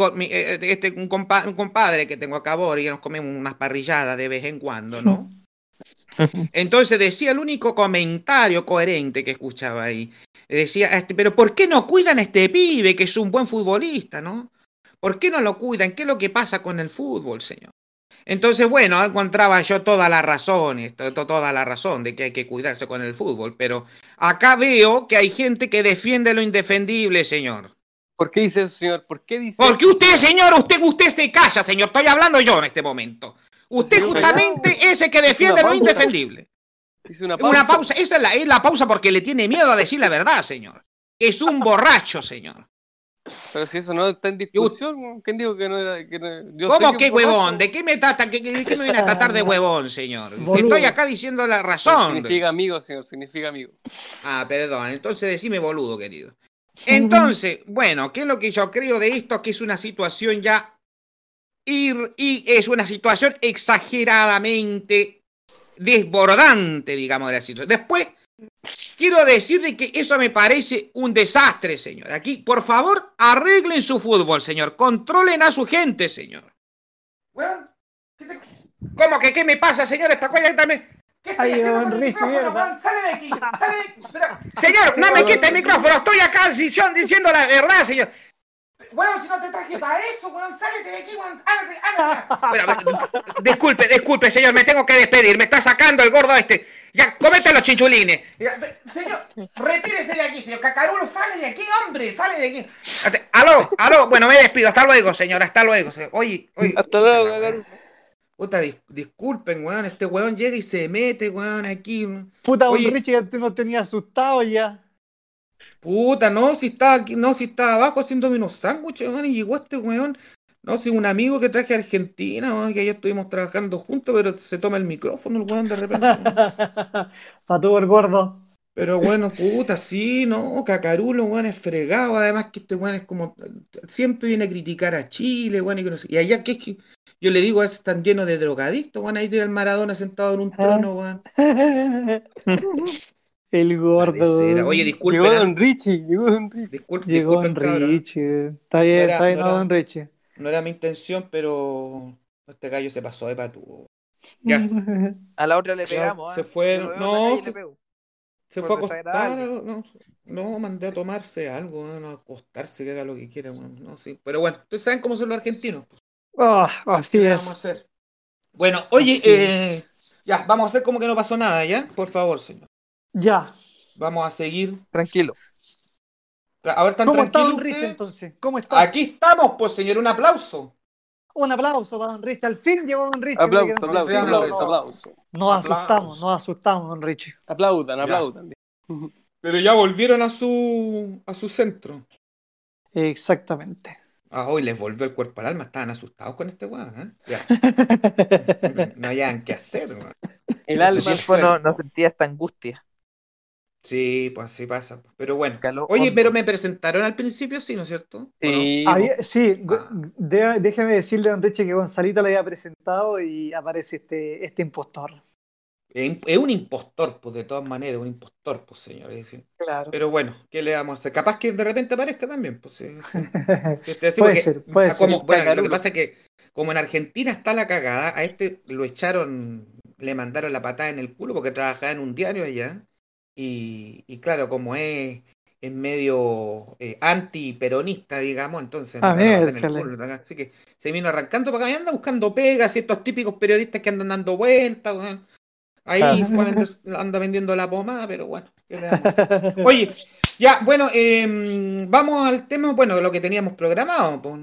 un compadre que tengo acá, Borghi, nos comemos unas parrilladas de vez en cuando, ¿no? Entonces decía el único comentario coherente que escuchaba ahí. Decía, pero ¿por qué no cuidan a este pibe que es un buen futbolista, ¿no? ¿Por qué no lo cuidan? ¿Qué es lo que pasa con el fútbol, señor? Entonces, bueno, encontraba yo toda la razón de que hay que cuidarse con el fútbol, pero acá veo que hay gente que defiende lo indefendible, señor. ¿Por qué dice eso, señor? ¿Por qué dice Porque eso, usted, señor, usted se calla, señor. Estoy hablando yo en este momento. Usted Señor, justamente es el que defiende lo pausa. indefendible. Hice una Una pausa. Esa es la pausa porque le tiene miedo a decir la verdad, señor. Es un borracho, señor. Pero si eso no está en discusión, ¿quién dijo que no era? Yo ¿Cómo sé que es borracho. huevón? ¿De qué me trata? ¿De qué me viene a tratar de huevón, señor? Boludo. Estoy acá diciendo la razón. Significa amigo, señor, significa amigo. Ah, perdón. Entonces decime boludo, querido. Entonces, bueno, ¿qué es lo que yo creo de esto? Que es una situación ya y es una situación exageradamente desbordante, digamos, de la situación. Después, quiero decir de que eso me parece un desastre, señor. Aquí, por favor, arreglen su fútbol, señor. Controlen a su gente, señor. Bueno, ¿cómo que qué me pasa, señor? Esta cosa también. ¿Qué estoy Ay, haciendo don con el Richie, micrófono, mierda. weón? Sale de aquí, sale de aquí. Señor, no me quite el micrófono. Estoy acá diciendo la verdad, señor. Weón, si no te traje para eso, weón, sálete de aquí, weón, ándate. Disculpe, señor, me tengo que despedir, me está sacando el gordo este. Ya, comete los chinchulines. Señor, retírese de aquí, señor. Cacarulo, sale de aquí, hombre, sale de aquí. Aló, bueno, me despido, hasta luego, señor, hasta luego. Oye. Hasta luego, Cacarulo. Puta, disculpen, weón, este weón llega y se mete, weón, aquí. Puta, don Oye, Richie que nos tenía asustado ya. puta, no, si estaba aquí, no, si estaba abajo haciéndome unos sándwiches, weón, y llegó este weón. No, si un amigo que traje a Argentina, weón, que ya estuvimos trabajando juntos, pero se toma el micrófono el weón de repente. Weón. Patuvo el gordo. Pero bueno, puta, sí, no, Cacarulo, weón, es fregado, además que este weón es como, siempre viene a criticar a Chile, weón, y que no sé, y allá que es que, yo le digo, están llenos de drogadictos, weón, ahí tiene el Maradona sentado en un trono, weón. El gordo. Oye, Llegó disculpen, Don Richie, Llegó disculpen, don cabrón. Richie. Está bien, No era- don Richie. No era mi intención, pero este gallo se pasó de patú. Ya, A la otra le pegamos, se ¿eh? fueron. Yo lo veo en la No, calle y le pego. se Por fue a acostar. desagradable. No, mandé a tomarse algo, no, a acostarse, que haga lo que quiera, weón. No, sí. Pero bueno, ustedes saben cómo son los argentinos. Pues. Así ¿Qué le vamos a es. hacer? Bueno, oye, Así ya, vamos a hacer como que no pasó nada, ¿ya? Por favor, señor. Ya. Vamos a seguir. Tranquilo. Ahora están ¿Cómo está tranquilos don Richie ustedes? entonces? ¿Cómo está? Aquí estamos, pues, señor, un aplauso. Un aplauso para don Richie. Al fin llegó don Richie. Aplauso, Mira que aplauso. Nos Aplauso. asustamos, don Richie. Aplaudan. Pero ya volvieron a su centro. Exactamente. Hoy les volvió el cuerpo al alma, estaban asustados con este weón, ¿eh? Ya. No hayan qué hacer, weón. El Hace alma tiempo no sentía esta angustia. Sí, pues así pasa. Pero bueno. Calor Oye, hondo. pero me presentaron al principio, sí, ¿no es cierto? ¿O no? Sí, Sí, Ah. déjeme decirle a don Richie que Gonzalito le había presentado y aparece este impostor. Es un impostor, pues de todas maneras, un impostor, pues señor. Claro. Pero bueno, ¿qué le vamos a hacer? Capaz que de repente aparezca también, pues sí. Puede ser. Bueno, lo que pasa es que como en Argentina está la cagada, a este lo echaron, le mandaron la patada en el culo porque trabajaba en un diario allá. Y claro, como es medio antiperonista, digamos, entonces Ah, me da la patada en el miércoles. culo. Así que se vino arrancando para acá y anda buscando pegas, y estos típicos periodistas que andan dando vueltas, weón. Ahí anda vendiendo la pomada, pero bueno, ¿qué le vamos a hacer? Oye, ya, bueno, vamos al tema, bueno, lo que teníamos programado, pues,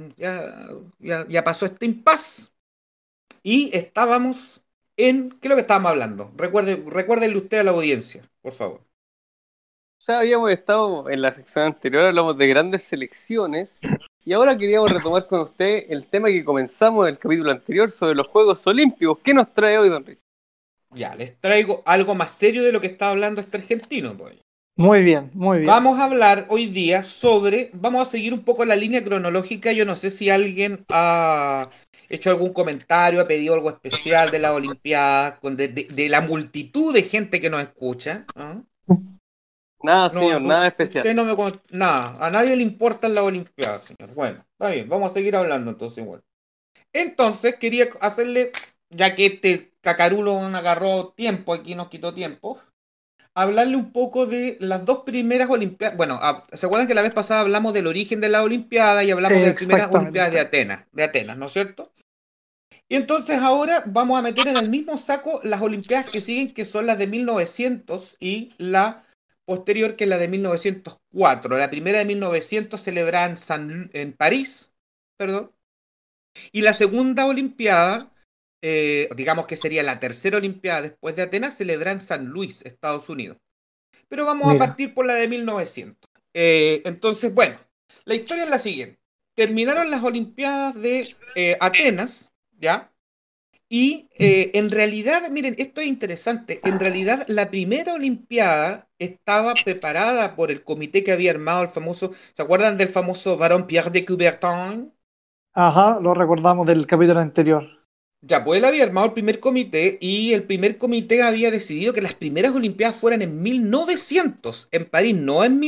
ya pasó este impasse y estábamos en, ¿qué es lo que estábamos hablando? Recuérdenle usted a la audiencia, por favor. Ya habíamos estado en la sección anterior, hablamos de grandes selecciones, y ahora queríamos retomar con usted el tema que comenzamos en el capítulo anterior sobre los Juegos Olímpicos. ¿Qué nos trae hoy, don Richie? Ya, les traigo algo más serio de lo que estaba hablando este argentino, pues. Muy bien, muy bien. Vamos a hablar hoy día vamos a seguir un poco la línea cronológica. Yo no sé si alguien ha hecho algún comentario, ha pedido algo especial de las Olimpiadas, de la multitud de gente que nos escucha. ¿Ah? Nada, No, señor, nada especial. usted no nada, a nadie le importan las Olimpiadas, señor. Bueno, está bien, vamos a seguir hablando entonces igual. Entonces quería hacerle, ya que este cacarulo nos agarró tiempo, aquí nos quitó tiempo, hablarle un poco de las dos primeras Olimpiadas. Bueno, ¿se acuerdan que la vez pasada hablamos del origen de la Olimpiada y hablamos de las primeras Olimpiadas Exactamente. de Atenas, ¿no es cierto? Y entonces ahora vamos a meter en el mismo saco las Olimpiadas que siguen, que son las de 1900 y la posterior, que es la de 1904. La primera de 1900 celebrada en París, perdón, y la segunda Olimpiada, digamos que sería la tercera Olimpiada después de Atenas, celebrada en San Luis, Estados Unidos. Pero vamos a Mira, partir por la de 1900. Entonces, bueno, la historia es la siguiente. Terminaron las Olimpiadas de Atenas, ¿ya? Y en realidad, miren, esto es interesante. En realidad, la primera Olimpiada estaba preparada por el comité que había armado el famoso, ¿se acuerdan del famoso varón Pierre de Coubertin? ajá, lo recordamos del capítulo anterior. Ya, pues él había armado el primer comité y el primer comité había decidido que las primeras Olimpiadas fueran en 1900, en París, no en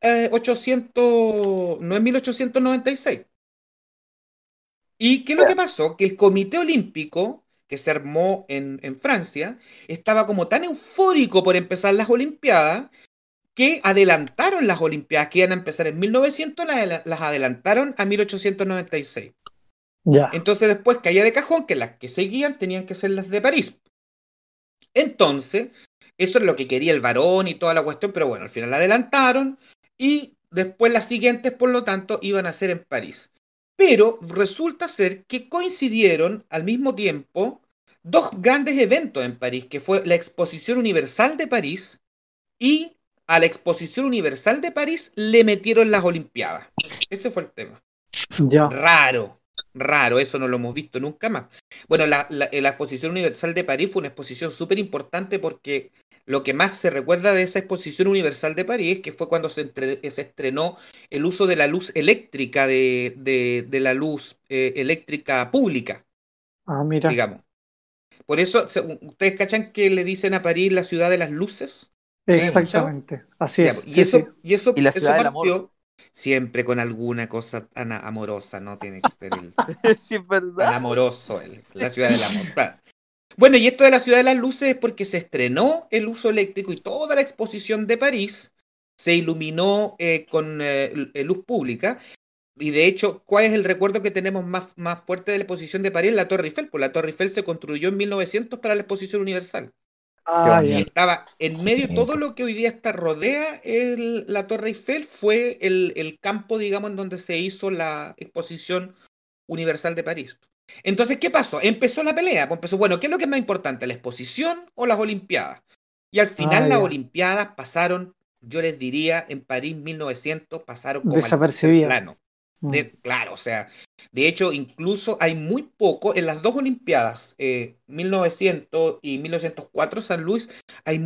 1800, no en 1896. ¿Y qué es lo que pasó? Que el Comité Olímpico, que se armó en Francia, estaba como tan eufórico por empezar las Olimpiadas que adelantaron las Olimpiadas que iban a empezar en 1900, las adelantaron a 1896. Ya. Entonces después caía de cajón que las que seguían tenían que ser las de París. Entonces, eso es lo que quería el varón y toda la cuestión, pero bueno, al final la adelantaron y después las siguientes, por lo tanto, iban a ser en París. Pero resulta ser que coincidieron al mismo tiempo dos grandes eventos en París, que fue la Exposición Universal de París y a la Exposición Universal de París le metieron las Olimpiadas. Ese fue el tema. Ya. Raro, raro, eso no lo hemos visto nunca más. Bueno, la Exposición Universal de París fue una exposición súper importante porque lo que más se recuerda de esa Exposición Universal de París es que fue cuando se estrenó el uso de la luz eléctrica, de la luz eléctrica pública, Ah, mira. digamos. Por eso, ¿ustedes cachan que le dicen a París la ciudad de las luces? ¿Lo han Sí, escuchado? Exactamente. Así Ya, es. pues, y Sí, sí. eso, y Y eso, la eso ciudad del amor. partió siempre con alguna cosa tan amorosa, ¿no? Tiene que ser Sí, es verdad. tan amoroso, la ciudad del amor, claro. Bueno, y esto de la ciudad de las luces es porque se estrenó el uso eléctrico y toda la exposición de París se iluminó con luz pública. Y de hecho, ¿cuál es el recuerdo que tenemos más fuerte de la exposición de París? La Torre Eiffel. Pues la Torre Eiffel se construyó en 1900 para la exposición universal. qué Ah, Y ya. bonito. estaba en medio, todo Bonito. lo que hoy día está rodea la Torre Eiffel fue el campo, digamos, en donde se hizo la exposición universal de París. Entonces, ¿qué pasó? Empezó la pelea. Pues empezó, bueno, ¿qué es lo que es más importante, la exposición o las Olimpiadas? Y al Ah, final las ya. Olimpiadas pasaron, yo les diría, en París 1900 pasaron como al tercer Desapercibida. plano. Mm. Claro, o sea, de hecho, incluso hay muy poco, en las dos Olimpiadas, 1900 y 1904, San Luis, hay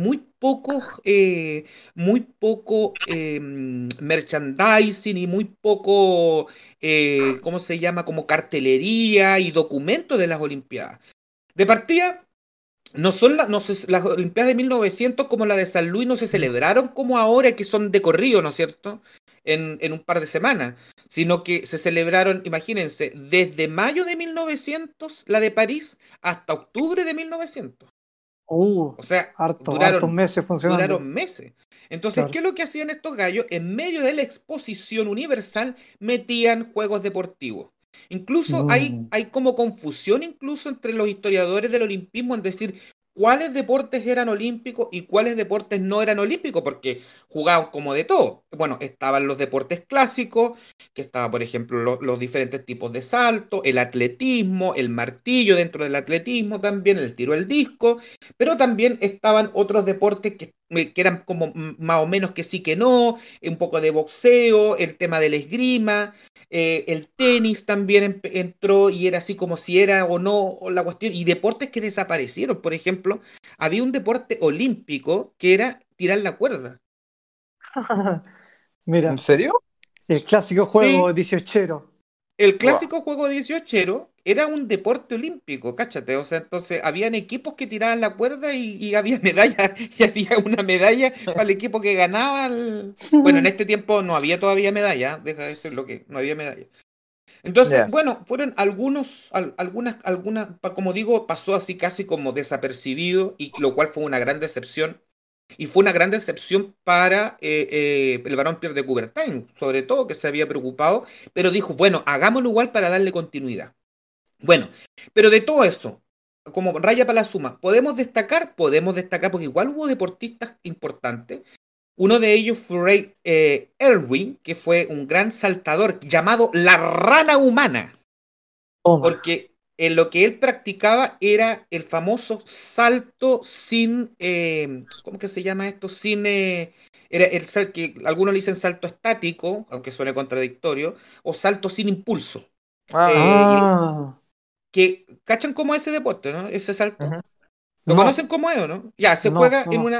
muy poco merchandising y muy poco, ¿cómo se llama? Como cartelería y documentos de las Olimpiadas. De partida, las Olimpiadas de 1900 como la de San Luis no se celebraron como ahora que son de corrido, ¿no es cierto? En un par de semanas, sino que se celebraron, imagínense, desde mayo de 1900 la de París hasta octubre de 1900. O sea, Hartos meses funcionando. duraron meses. Entonces, Claro. ¿qué es lo que hacían estos gallos? En medio de la exposición universal metían juegos deportivos. Incluso Mm. hay como confusión incluso entre los historiadores del olimpismo en decir cuáles deportes eran olímpicos y cuáles deportes no eran olímpicos, porque jugaban como de todo. Bueno, estaban los deportes clásicos, que estaba, por ejemplo, los diferentes tipos de salto, el atletismo, el martillo dentro del atletismo también, el tiro al disco, pero también estaban otros deportes que eran como más o menos que sí que no, un poco de boxeo, el tema del esgrima, el tenis también entró y era así como si era o no la cuestión, y deportes que desaparecieron. Por ejemplo, había un deporte olímpico que era tirar la cuerda. Mira, ¿En serio? el clásico juego Sí, 18. el Wow. clásico juego 18 era un deporte olímpico, cáchate. O sea, entonces habían equipos que tiraban la cuerda y había medalla, y había una medalla para el equipo que ganaba. Bueno, en este tiempo no había todavía medalla, deja de ser lo que no había medalla. Entonces, Ya. bueno, fueron como digo, pasó así casi como desapercibido, y lo cual fue una gran decepción. Y fue una gran decepción para el varón Pierre de Coubertin, sobre todo, que se había preocupado, pero dijo, bueno, hagámoslo igual para darle continuidad. Bueno, pero de todo eso, como raya para la suma, podemos destacar porque igual hubo deportistas importantes. Uno de ellos fue Ray Erwin, que fue un gran saltador llamado la rana humana, Toma. porque lo que él practicaba era el famoso salto sin, ¿cómo que se llama esto? Era el salto que algunos le dicen salto estático, aunque suene contradictorio, o salto sin impulso. Ah, ya. Y Ah, que cachan cómo es ese deporte, ¿no? Ese salto. Ujú. ¿Lo no, conocen cómo es o no? Ya, se no, juega no.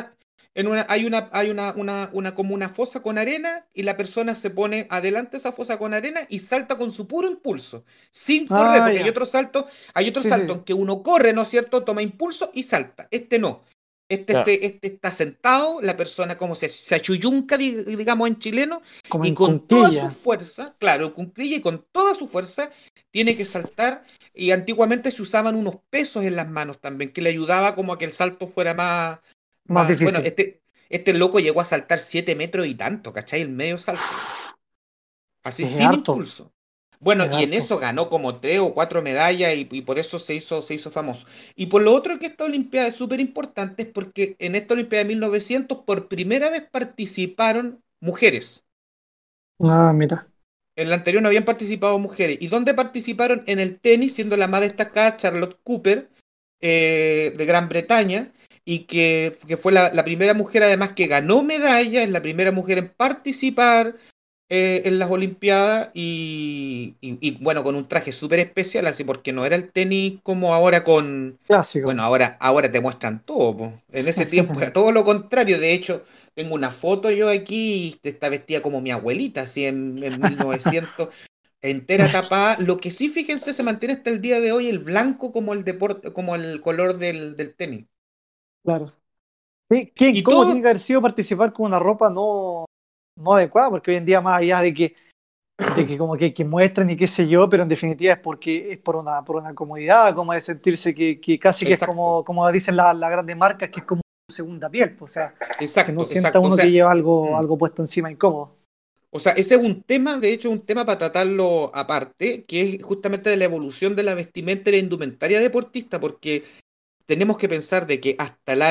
hay como una fosa con arena, y la persona se pone adelante de esa fosa con arena y salta con su puro impulso, sin correr, Ah, porque ya. hay otro Sí, sí, salto sí. en que uno corre, ¿no es cierto? Toma impulso y salta. Este no. Ya. Este está sentado, la persona como se achuyunca, digamos en chileno, Como y en con toda su cunclilla. fuerza, claro, cuclilla, y con toda su fuerza tiene que saltar. Y antiguamente se usaban unos pesos en las manos también, que le ayudaba como a que el salto fuera Más bueno, difícil. este loco llegó a saltar 7 metros y tanto, ¿cachai? El medio salto, así Es sin harto, impulso. Bueno, es y en harto. eso ganó como 3 o 4 medallas, y por eso se hizo famoso. Y por lo otro, que esta Olimpiada es súper importante, es porque en esta Olimpiada de 1900 por primera vez participaron mujeres. Ah, mira. En la anterior no habían participado mujeres. ¿Y dónde participaron? En el tenis, siendo la más destacada Charlotte Cooper, de Gran Bretaña, y que fue la primera mujer además que ganó medalla, es la primera mujer en participar en las Olimpiadas, bueno, con un traje súper especial, así, porque no era el tenis como ahora Clásico. bueno, ahora te muestran todo, po. En ese tiempo era todo lo contrario. De hecho, tengo una foto yo aquí, y está vestida como mi abuelita, así en 1900, entera tapada. Lo que sí, fíjense, se mantiene hasta el día de hoy el blanco como el deporte, como el color del tenis. Claro. ¿Qué Y incómodo tiene todo, que haber sido participar con una ropa no adecuada? Porque hoy en día, más allá de que como que muestran y qué sé yo, pero en definitiva es porque es por una comodidad, como de sentirse que casi que es exacto, como dicen las grandes marcas, que es como segunda piel, pues, o sea, que no exacto, sienta exacto. uno que lleva algo, Mm. algo puesto encima incómodo. O sea, ese es un tema, de hecho, un tema para tratarlo aparte, que es justamente de la evolución de la vestimenta y la indumentaria deportista, porque tenemos que pensar de que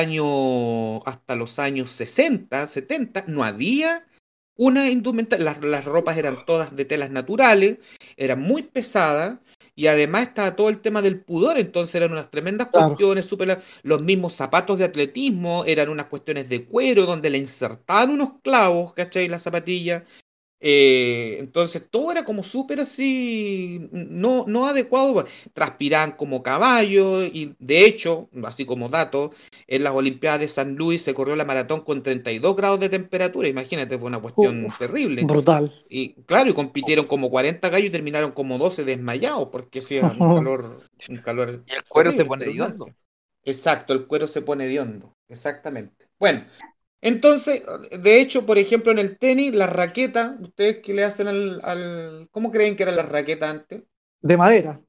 hasta los años 60, 70, no había una indumentaria. Las ropas eran todas de telas naturales, eran muy pesadas, y además estaba todo el tema del pudor. Entonces eran unas tremendas Claro. cuestiones, los mismos zapatos de atletismo eran unas cuestiones de cuero donde le insertaban unos clavos, ¿cachai? Las zapatillas. Entonces todo era como súper así, no adecuado, pues. Transpiraban como caballos, y de hecho, así como dato, en las Olimpiadas de San Luis se corrió la maratón con 32 grados de temperatura. Imagínate, fue una cuestión Uf, terrible. brutal. Y claro, y compitieron como 40 gallos y terminaron como 12 desmayados, porque hacía un calor Y el cuero se terrible, pone extenuante. hediondo. Exacto, el cuero se pone hediondo, exactamente. Bueno. Entonces, de hecho, por ejemplo, en el tenis, la raqueta, ustedes que le hacen ¿cómo creen que era la raqueta antes? De madera.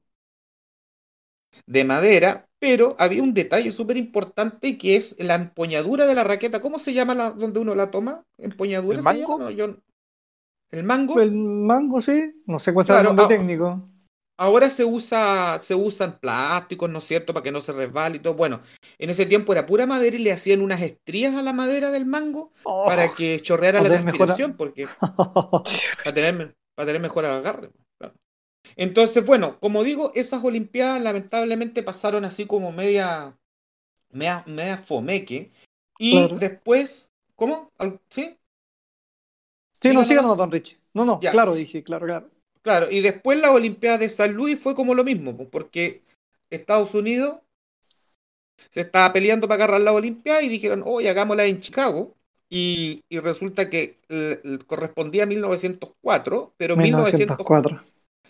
De madera, pero había un detalle súper importante, que es la empuñadura de la raqueta. ¿Cómo se llama donde uno la toma? ¿El ¿Empuñadura se llama? mango? No, el mango. El mango, sí. No sé cuál será el Claro, nombre técnico. ahora se usan plásticos, ¿no es cierto?, para que no se resbale y todo. Bueno, en ese tiempo era pura madera, y le hacían unas estrías a la madera del mango Oh, para que chorreara para la tener mejor. transpiración, porque para tener mejor agarre. Claro. Entonces, bueno, como digo, esas Olimpiadas lamentablemente pasaron así como media fomeque. Y Claro. después, ¿cómo? ¿Sí? Sí, no, Siga síganos, nomás. don Rich. No, no, Ya, claro, dije, claro, claro. claro. Y después la Olimpiada de San Luis fue como lo mismo, pues, porque Estados Unidos se estaba peleando para agarrar la Olimpiada, y dijeron, oye, hagámosla en Chicago. y resulta que correspondía a 1904, pero 1904.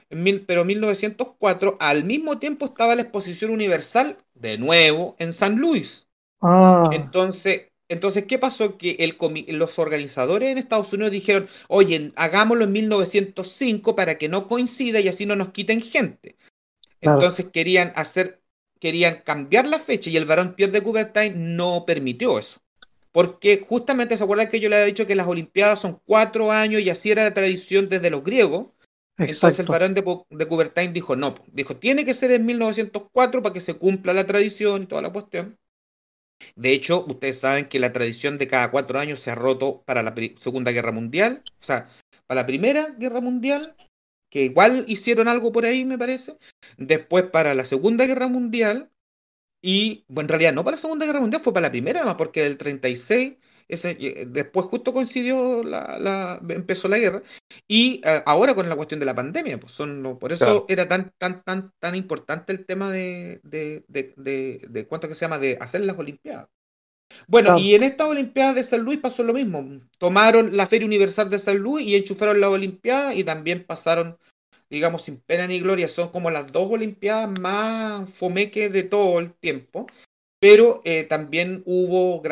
1904 al mismo tiempo estaba la Exposición Universal, de nuevo, en San Luis. Ah, Entonces, ¿qué pasó? Que los organizadores en Estados Unidos dijeron, oye, hagámoslo en 1905 para que no coincida y así no nos quiten gente. claro. Entonces querían cambiar la fecha y el varón Pierre de Coubertin no permitió eso. Porque justamente se acuerdan que yo le había dicho que las Olimpiadas son 4 años y así era la tradición desde los griegos. Entonces el Exacto. varón de Coubertin dijo, no, dijo, tiene que ser en 1904 para que se cumpla la tradición y toda la cuestión. De hecho, ustedes saben que la tradición de cada 4 años se ha roto para la Segunda Guerra Mundial, o sea, para la Primera Guerra Mundial, que igual hicieron algo por ahí, me parece. Después para la Segunda Guerra Mundial, y bueno, en realidad no para la Segunda Guerra Mundial, fue para la Primera, más porque el 36, después justo coincidió, empezó la guerra, y ahora con la cuestión de la pandemia, pues por Claro. eso era tan importante el tema de cuánto que se llama, de hacer las Olimpiadas. Bueno, Claro. y en estas Olimpiadas de San Luis pasó lo mismo. Tomaron la Feria Universal de San Luis y enchufaron la Olimpiada y también pasaron, digamos, sin pena ni gloria. Son como las dos Olimpiadas más fomeque de todo el tiempo. Pero también hubo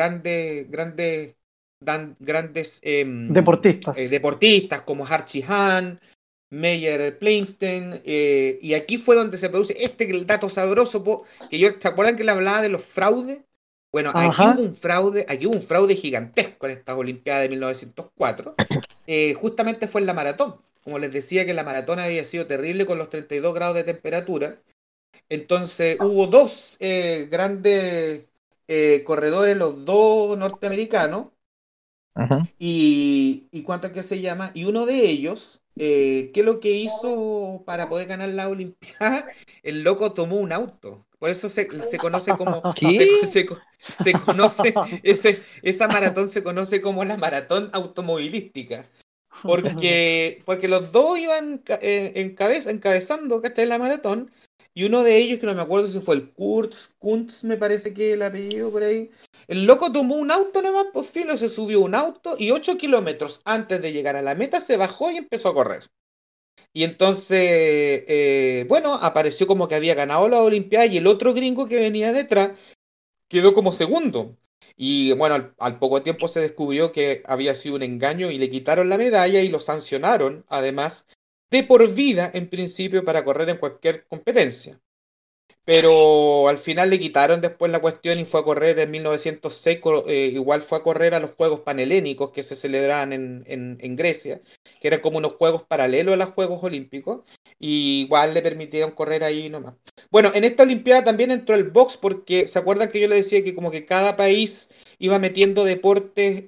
grandes Deportistas. deportistas como Archie Hahn, Meyer Plainstein, y aquí fue donde se produce el dato sabroso, que ¿se acuerdan que le hablaba de los fraudes? Bueno, Ajá. aquí hubo un fraude gigantesco en estas Olimpiadas de 1904. Justamente fue en la maratón. Como les decía que la maratón había sido terrible con los 32 grados de temperatura. Entonces hubo dos grandes corredores, los dos norteamericanos, Ujú. y ¿cuánto es que se llama? Y uno de ellos, ¿qué es lo que hizo para poder ganar la Olimpiada? El loco tomó un auto. Por eso se conoce como, ¿Qué? se conoce, esa maratón se conoce como la maratón automovilística. Porque los dos iban encabezando, ¿cachai? La maratón. Y uno de ellos, que no me acuerdo si fue el Kuntz me parece que el apellido por ahí. El loco tomó un auto nomás, por filo, se subió a un auto y 8 kilómetros antes de llegar a la meta se bajó y empezó a correr. Y entonces, bueno, apareció como que había ganado la Olimpiada y el otro gringo que venía detrás quedó como segundo. Y bueno, al poco tiempo se descubrió que había sido un engaño y le quitaron la medalla y lo sancionaron, además, de por vida en principio para correr en cualquier competencia. Pero al final le quitaron después la cuestión y fue a correr en 1906, igual fue a correr a los Juegos Panhelénicos que se celebraban en Grecia, que eran como unos juegos paralelos a los Juegos Olímpicos, y igual le permitieron correr ahí nomás. Bueno, en esta Olimpiada también entró el box porque se acuerdan que yo le decía que como que cada país iba metiendo deportes,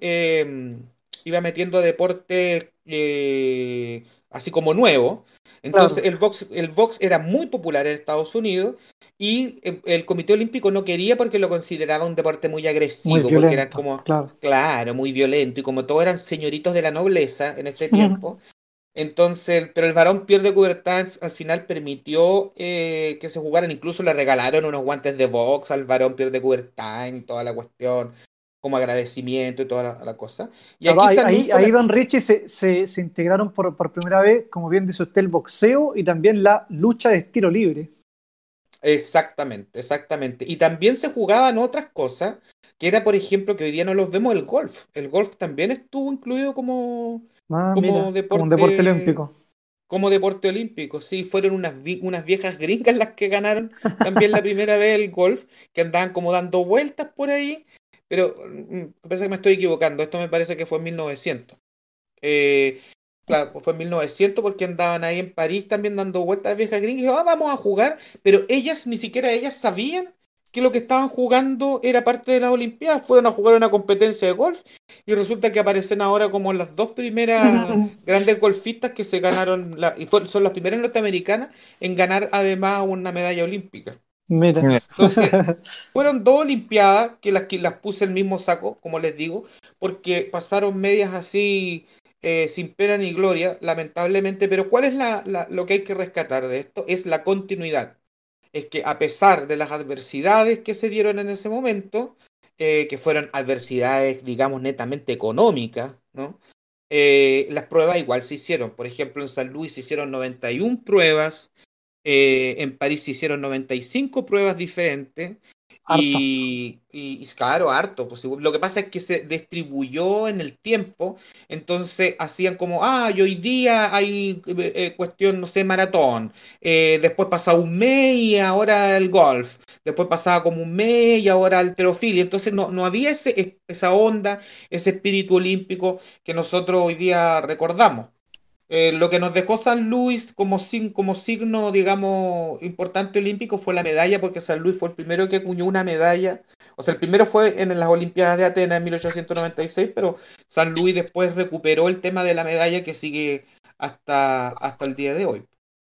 así como nuevo. Entonces Claro. el box era muy popular en Estados Unidos y el Comité Olímpico no quería porque lo consideraba un deporte muy Muy agresivo, porque eran violento. como, Claro. claro, muy violento, y como todos eran señoritos de la nobleza en este tiempo, entonces, pero el varón Pierre de Coubertin al final permitió que se jugaran, incluso le regalaron unos guantes de box al varón Pierre de Coubertin, toda la cuestión, como agradecimiento y toda la cosa. Y Claro, aquí ahí, San Luis ahí, fue ahí Don Richie se integraron por primera vez, como bien dice usted, el boxeo y también la lucha de estilo libre. Exactamente, exactamente. Y también se jugaban otras cosas, que era, por ejemplo, que hoy día no los vemos, el golf. El golf también estuvo incluido como, Ah, como mira, como un deporte deporte, olímpico. como deporte olímpico. Sí, fueron unas viejas gringas las que ganaron también la primera vez el golf, que andaban como dando vueltas por ahí. Pero parece que me estoy equivocando. Esto me parece que fue en 1900. Eh, claro, pues fue en 1900 porque andaban ahí en París también dando vueltas viejas gringas y dijo, vamos a jugar, pero ni siquiera ellas sabían que lo que estaban jugando era parte de las Olimpiadas, fueron a jugar una competencia de golf y resulta que aparecen ahora como las dos primeras grandes golfistas que se ganaron, son las primeras norteamericanas en ganar además una medalla olímpica. Mira. Entonces, fueron dos Olimpiadas que las puse en el mismo saco, como les digo, porque pasaron medias así sin pena ni gloria, lamentablemente, pero ¿cuál es lo que hay que rescatar de esto? Es la continuidad. Es que a pesar de las adversidades que se dieron en ese momento, que fueron adversidades, digamos, netamente económicas, ¿no? Las pruebas igual se hicieron. Por ejemplo, en San Luis se hicieron 91 pruebas, en París se hicieron 95 pruebas diferentes. Harto. Y claro, harto. Pues, lo que pasa es que se distribuyó en el tiempo, entonces hacían como, y hoy día hay cuestión, no sé, maratón, después pasaba un mes y ahora el golf, después pasaba como un mes y ahora alterofilia, entonces no había esa onda, ese espíritu olímpico que nosotros hoy día recordamos. Lo que nos dejó San Luis como signo, digamos, importante olímpico fue la medalla, porque San Luis fue el primero que acuñó una medalla. O sea, el primero fue en las Olimpiadas de Atenas en 1896, pero San Luis después recuperó el tema de la medalla que sigue hasta el día de hoy.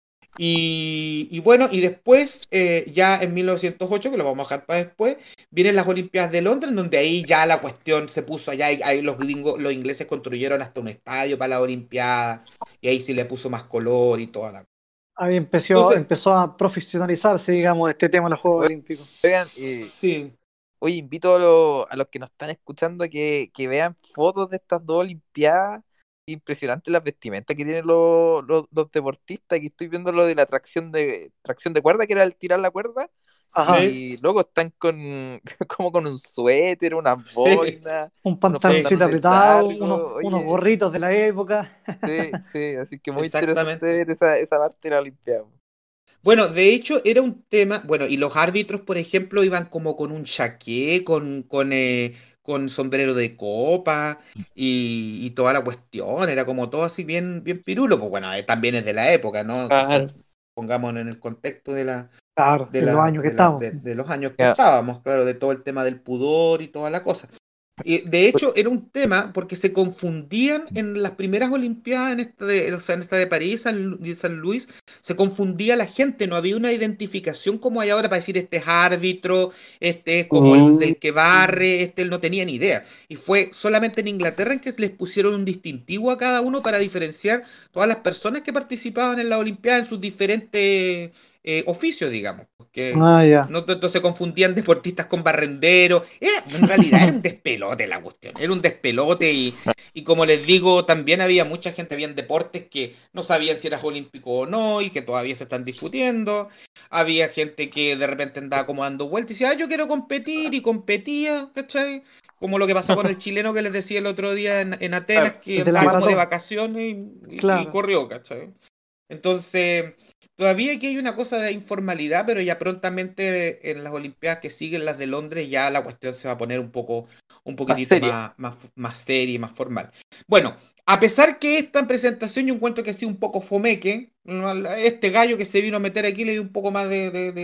Y bueno, y después, ya en 1908, que lo vamos a dejar para después, vienen las Olimpiadas de Londres, en donde ahí ya la cuestión se puso allá, ahí los gringos, los ingleses construyeron hasta un estadio para la Olimpiada, y ahí sí le puso más color y toda la... Ahí Entonces, empezó a profesionalizarse, digamos, este tema de los Juegos Olímpicos. Oigan, sí. Oye, invito a los que nos están escuchando a que vean fotos de estas dos Olimpiadas. Impresionante las vestimentas que tienen los deportistas. Aquí estoy viendo lo de la tracción de cuerda, que era el tirar la cuerda. Ajá. Y luego están como con un suéter, unas Sí. boinas, Un unos pantaloncito pantalones apretado, largos. unos Oye, gorritos de la época. sí, así que muy interesante Exactamente. ver esa parte de la Olimpiada. Bueno, de hecho era un tema, bueno, y los árbitros, por ejemplo, iban como con un chaqué, con sombrero de copa y toda la cuestión, era como todo así bien pirulo, pues bueno, también es de la época, ¿no? Claro. Pongámonos en el contexto Claro, en los años que estamos. de los años que Ya. estábamos, claro, de todo el tema del pudor y toda la cosa. Y de hecho, era un tema porque se confundían en las primeras Olimpiadas, o sea, en esta de París, San Luis, se confundía la gente, no había una identificación como hay ahora para decir este es árbitro, este es como el del que barre, él no tenía ni idea. Y fue solamente en Inglaterra en que les pusieron un distintivo a cada uno para diferenciar todas las personas que participaban en la Olimpiada en sus diferentes oficios, digamos, porque Ya. no se confundían deportistas con barrenderos. En realidad era un despelote la cuestión. Era un despelote y como les digo, también había mucha gente, habían deportes que no sabían si eras olímpico o no y que todavía se están discutiendo. Había gente que de repente andaba como dando vueltas y decía, yo quiero competir y competía, ¿cachai? Como lo que pasó con el chileno que les decía el otro día en Atenas, que El de la andaba como de maratón. vacaciones y Claro. corrió, ¿cachai? Entonces, todavía aquí hay una cosa de informalidad, pero ya prontamente en las Olimpiadas que siguen, las de Londres, ya la cuestión se va a poner un poquitito seria. más seria y más formal. Bueno, a pesar que esta presentación yo encuentro que ha sido un poco fomeque, ¿no? Este gallo que se vino a meter aquí le dio un poco más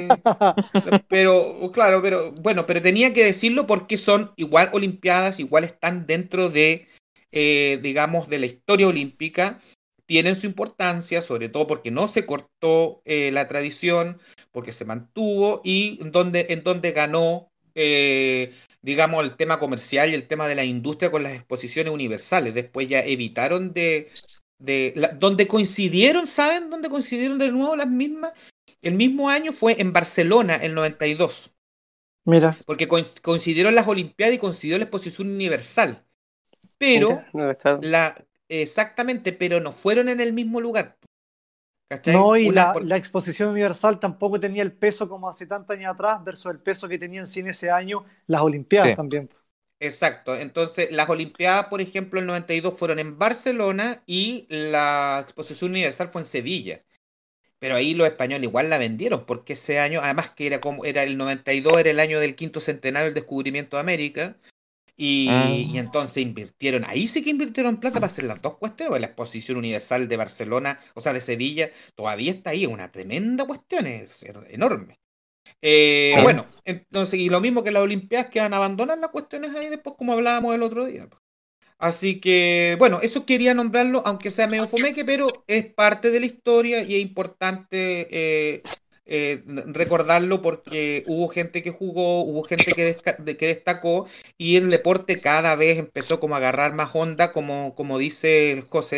pero, claro, pero bueno, pero tenía que decirlo porque son igual Olimpiadas, igual están dentro de, digamos, de la historia olímpica, tienen su importancia, sobre todo porque no se cortó la tradición, porque se mantuvo y en donde ganó, digamos, el tema comercial y el tema de la industria con las exposiciones universales. Después ya evitaron donde coincidieron, ¿saben? Donde coincidieron de nuevo las mismas. El mismo año fue en Barcelona, el 92, Mira, porque coincidieron las Olimpiadas y coincidió la exposición universal. Pero, Mira, no, está... exactamente, pero no fueron en el mismo lugar. ¿Cachai? no, y la exposición universal tampoco tenía el peso como hace tantos años atrás versus el peso que tenían sí en ese año las Olimpiadas Sí. también. Exacto. Entonces, las Olimpiadas, por ejemplo, el 92 fueron en Barcelona y la exposición universal fue en Sevilla. Pero ahí los españoles igual la vendieron, porque ese año, además que era el 92, era el año del quinto centenario del descubrimiento de América, y entonces invirtieron, ahí sí que invirtieron plata para hacer las dos cuestiones, porque la exposición universal de Barcelona, o sea, de Sevilla, todavía está ahí, es una tremenda cuestión, es enorme. Bueno, entonces, y lo mismo que las Olimpiadas quedan abandonar las cuestiones ahí después, como hablábamos el otro día. Así que, bueno, eso quería nombrarlo, aunque sea medio fomeque, pero es parte de la historia y es importante recordarlo porque hubo gente que jugó, hubo gente que destacó y el deporte cada vez empezó como a agarrar más onda, como dice el José,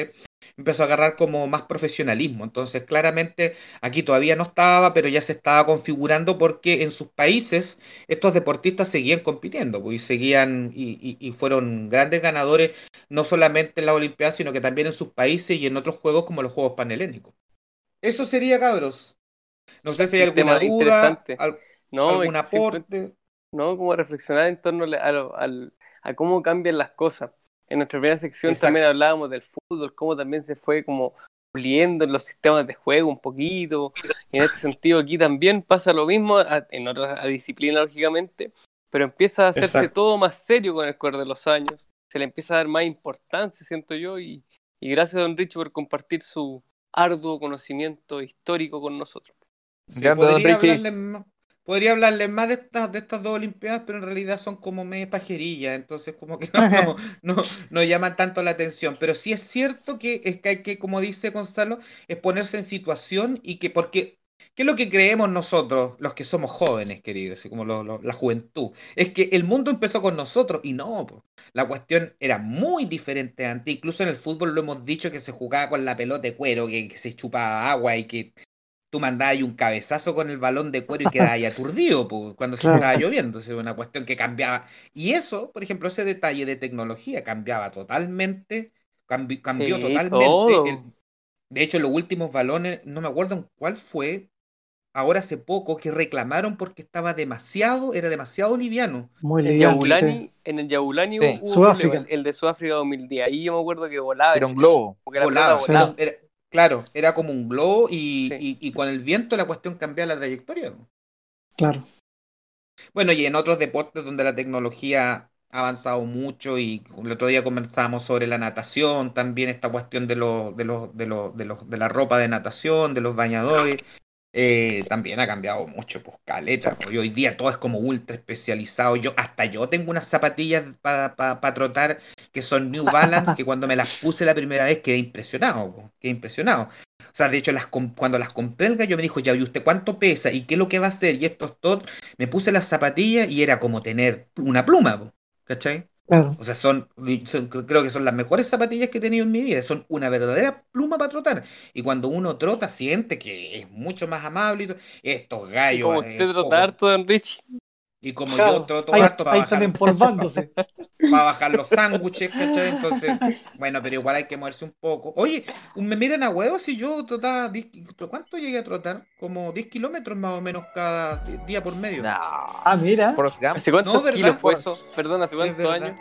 empezó a agarrar como más profesionalismo. Entonces, claramente aquí todavía no estaba, pero ya se estaba configurando porque en sus países estos deportistas seguían compitiendo, pues, y seguían y fueron grandes ganadores, no solamente en las Olimpiadas, sino que también en sus países y en otros juegos como los Juegos Panhelénicos. Eso sería, cabros. No sé si hay Un alguna tema duda, interesante. No, algún aporte. no, como reflexionar en torno a cómo cambian las cosas. En nuestra primera sección también Exacto. hablábamos del fútbol, cómo también se fue como puliendo en los sistemas de juego un poquito. Y en este sentido aquí también pasa lo mismo en otras disciplinas, lógicamente, pero empieza a hacerse Exacto. todo más serio con el correr de los años. Se le empieza a dar más importancia, siento yo, y gracias a don Richie por compartir su arduo conocimiento histórico con nosotros. Sí, Grande, don Richie. podría hablarles más de estas dos Olimpiadas, pero en realidad son como medio pajerillas, entonces como que no llaman tanto la atención. Pero sí es cierto que hay que, como dice Gonzalo, es ponerse en situación y que porque, ¿qué es lo que creemos nosotros, los que somos jóvenes, queridos, así como la juventud? Es que el mundo empezó con nosotros y no, po. La cuestión era muy diferente antes, incluso en el fútbol lo hemos dicho que se jugaba con la pelota de cuero, que se chupaba agua y que tú mandabas ahí un cabezazo con el balón de cuero y quedabas ahí aturdido pues, cuando se Claro, estaba lloviendo. Es una cuestión que cambiaba. Y eso, por ejemplo, ese detalle de tecnología cambiaba totalmente, cambió Sí, totalmente. todo. De hecho, los últimos balones, no me acuerdo en cuál fue, ahora hace poco, que reclamaron porque era demasiado liviano. muy En liviano, sí. el Yabulani Sí. hubo problema, Sudáfrica, el de Sudáfrica 2010. Ahí yo me acuerdo que volaba, Era un globo. como que la pelota Volaba, volaba. claro, era como un globo Sí. y con el viento la cuestión cambiaba la trayectoria. claro. Bueno, y en otros deportes donde la tecnología ha avanzado mucho y el otro día conversábamos sobre la natación, también esta cuestión de la ropa de natación, de los bañadores, también ha cambiado mucho, pues caleta, pues, y hoy día todo es como ultra especializado. Hasta yo tengo unas zapatillas para trotar que son New Balance, que cuando me las puse la primera vez quedé impresionado, pues, quedé impresionado. O sea, de hecho, cuando las compré el gallo me dijo, ya, ¿y usted cuánto pesa? ¿Y qué es lo que va a hacer? Y esto es todo. Me puse las zapatillas y era como tener una pluma, po, ¿cachai? Claro. O sea, creo que son las mejores zapatillas que he tenido en mi vida. Son una verdadera pluma para trotar. Y cuando uno trota, siente que es mucho más amable. Estos Y gallos, como usted trota harto, don Richie. y como yo Claro, troto ahí, harto ahí están empolvándose. para bajar los sándwiches, ¿cachai? Entonces, bueno, pero igual hay que moverse un poco. Oye, me miran a huevo si yo trotaba ¿cuánto llegué a trotar? Como 10 kilómetros más o menos cada día por medio. No. Ah, mira. Forrest Gump. ¿Hace cuántos No, ¿verdad? kilos fue eso? Perdón, ¿hace Sí, es cuántos verdad.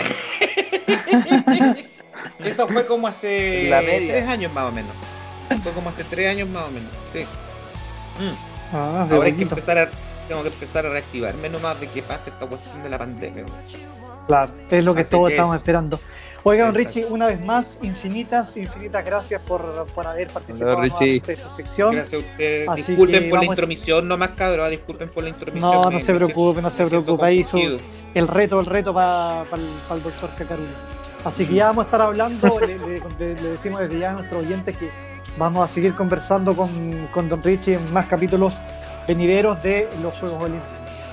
años? Eso fue como hace La media. 3 años más o menos. Fue como hace 3 años más o menos, sí. Ah, de Ahora hay que poquito. tengo que empezar a reactivarme nomás de que pase esta cuestión de la pandemia. Claro, es lo que Así todos que estamos eso. esperando. Oigan, Exacto. Richie, una vez más, infinitas gracias por haber participado Hola, Richie. nuevamente de esta sección. Gracias a ustedes. Así Disculpen que por la vamos- intromisión nomás, cabrón. Disculpen por la intromisión. No se preocupe, no se me siento preocupe. Ahí compungido. el reto para el doctor Cacarula. Así que ya vamos a estar hablando, le decimos desde ya a nuestros oyentes que vamos a seguir conversando con Don Richie en más capítulos venideros de los Juegos Olímpicos.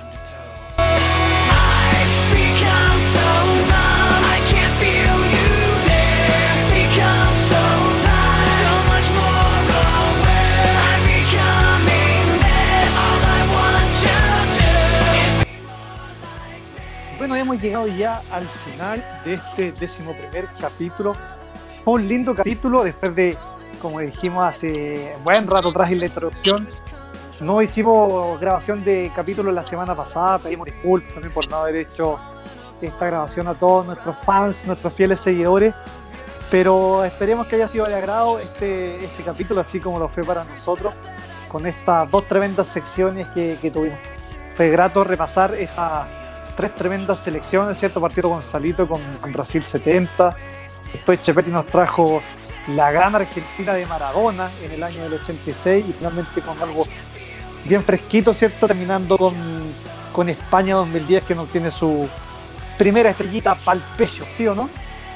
Become so numb, I can't feel you there. Become so tired, so much more aware. I'm becoming this. All I want to do is Bueno, hemos llegado ya al final de este 11º capítulo. Fue un lindo capítulo después de, como dijimos hace buen rato atrás en la introducción, no hicimos grabación de capítulo la semana pasada, pedimos disculpas también por no haber hecho esta grabación a todos nuestros fans, nuestros fieles seguidores, pero esperemos que haya sido de agrado este capítulo, así como lo fue para nosotros, con estas dos tremendas secciones que tuvimos. Fue grato repasar estas 3 tremendas selecciones, ¿cierto? Partido Gonzalito con Brasil 70, después Chepetti nos trajo la gran Argentina de Maradona en el año del 86 y finalmente con algo bien fresquito, ¿cierto? Terminando con España 2010 que nos tiene su primera estrellita pa'l pecho, ¿sí o no?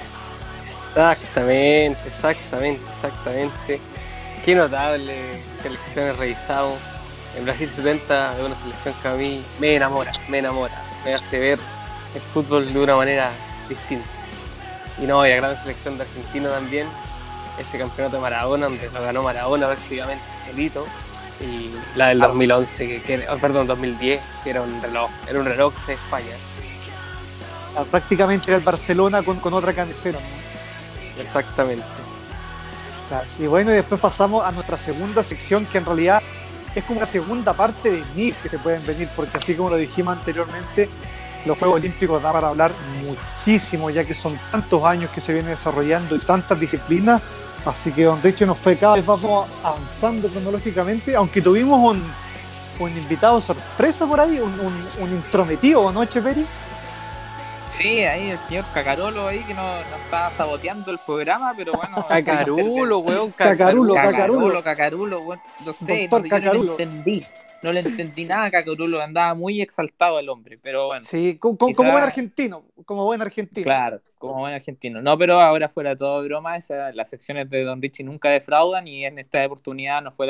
Exactamente. Qué notable selecciones revisado. En Brasil 70 es una selección que a mí me enamora, me hace ver el fútbol de una manera distinta. Y no, y la gran selección de Argentina también. ese campeonato de Maradona, donde lo ganó Maradona prácticamente solito, y la del 2011, perdón, 2010, que era un reloj de España. Prácticamente era el Barcelona con otra camiseta, ¿no? Exactamente. Claro. Y bueno, y después pasamos a nuestra segunda sección, que en realidad es como la segunda parte de mil que se pueden venir, porque así como lo dijimos anteriormente, los Juegos Olímpicos da para hablar muchísimo, ya que son tantos años que se vienen desarrollando y tantas disciplinas. Así que don Richie nos fue cada vez vamos avanzando cronológicamente, aunque tuvimos un invitado sorpresa por ahí, un intrometido, ¿no, Cheperi? Sí, ahí el señor Cacarolo ahí que nos está saboteando el programa, pero bueno. Cacarulo, weón. Cacarulo, weón. No sé, Doctor yo Cacarulo. no le entendí nada a Cacarulo, andaba muy exaltado el hombre, pero bueno. Sí, como buen argentino, Claro, como buen argentino. No, pero ahora fuera todo broma, las secciones de Don Richie nunca defraudan y en esta oportunidad no fue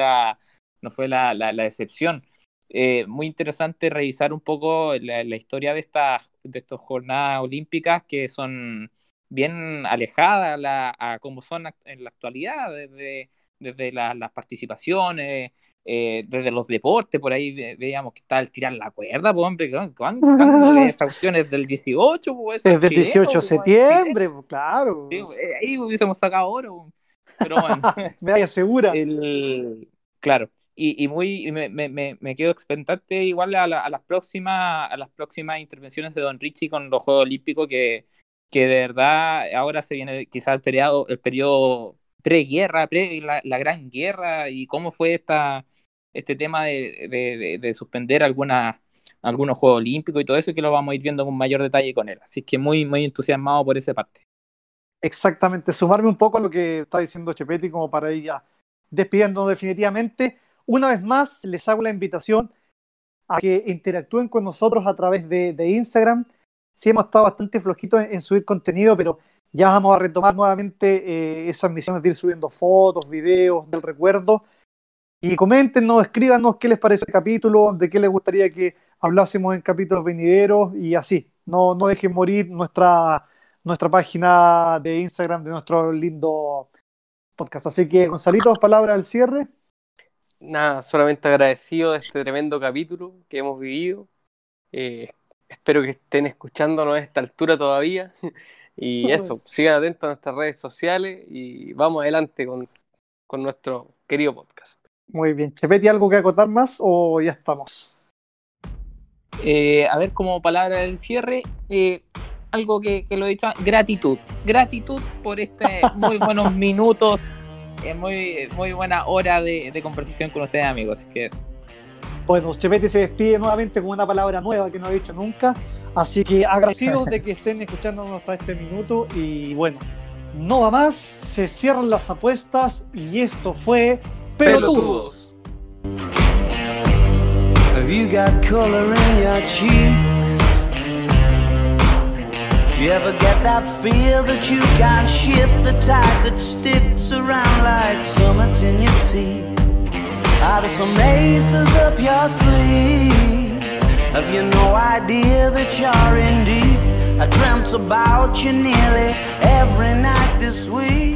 la excepción. Muy interesante revisar un poco la historia de estas jornadas olímpicas que son bien alejadas a cómo son en la actualidad, desde las participaciones, desde los deportes. Por ahí veíamos que está el tirar la cuerda, pues hombre, ¿cuándo de estas cuestiones del 18? Pues, es del 18 de septiembre, pues, claro. Sí, ahí hubiésemos sacado oro, pero bueno. Medalla segura. Claro. Y me quedo expectante igual a las próximas intervenciones de Don Richie con los Juegos Olímpicos, que de verdad ahora se viene quizás el periodo preguerra, la Gran Guerra, y cómo fue este tema de suspender algunos Juegos Olímpicos y todo eso, que lo vamos a ir viendo con mayor detalle con él. Así que muy, muy entusiasmado por esa parte. Exactamente, sumarme un poco a lo que está diciendo Chepetti como para ir ya despidiéndonos definitivamente. Una vez más, les hago la invitación a que interactúen con nosotros a través de Instagram. Sí, hemos estado bastante flojitos en subir contenido, pero ya vamos a retomar nuevamente esas misiones de ir subiendo fotos, videos del recuerdo. Y coméntenos, escríbanos qué les parece el capítulo, de qué les gustaría que hablásemos en capítulos venideros y así. No dejen morir nuestra página de Instagram de nuestro lindo podcast. Así que, Gonzalito, palabras al cierre. Nada, solamente agradecido de este tremendo capítulo que hemos vivido. Espero que estén escuchándonos a esta altura todavía. Y eso, sigan atentos a nuestras redes sociales y vamos adelante con nuestro querido podcast. Muy bien. Chepetti, ¿algo que acotar más o ya estamos? A ver, como palabra del cierre, algo que lo he dicho, gratitud por muy buenos minutos, muy, muy buena hora de conversación con ustedes, amigos. Así que eso. Bueno, Chepetti se despide nuevamente con una palabra nueva que no ha dicho nunca, así que agradecidos de que estén escuchándonos hasta este minuto y bueno, no va más, se cierran las apuestas y esto fue Pelotudos. Have you got color in your cheeks? Do you ever get that feel that you can't shift, the tide that sticks around like summits in your teeth? Are there some aces up your sleeve? Have you no idea that you're in deep? I dreamt about you nearly every night this week.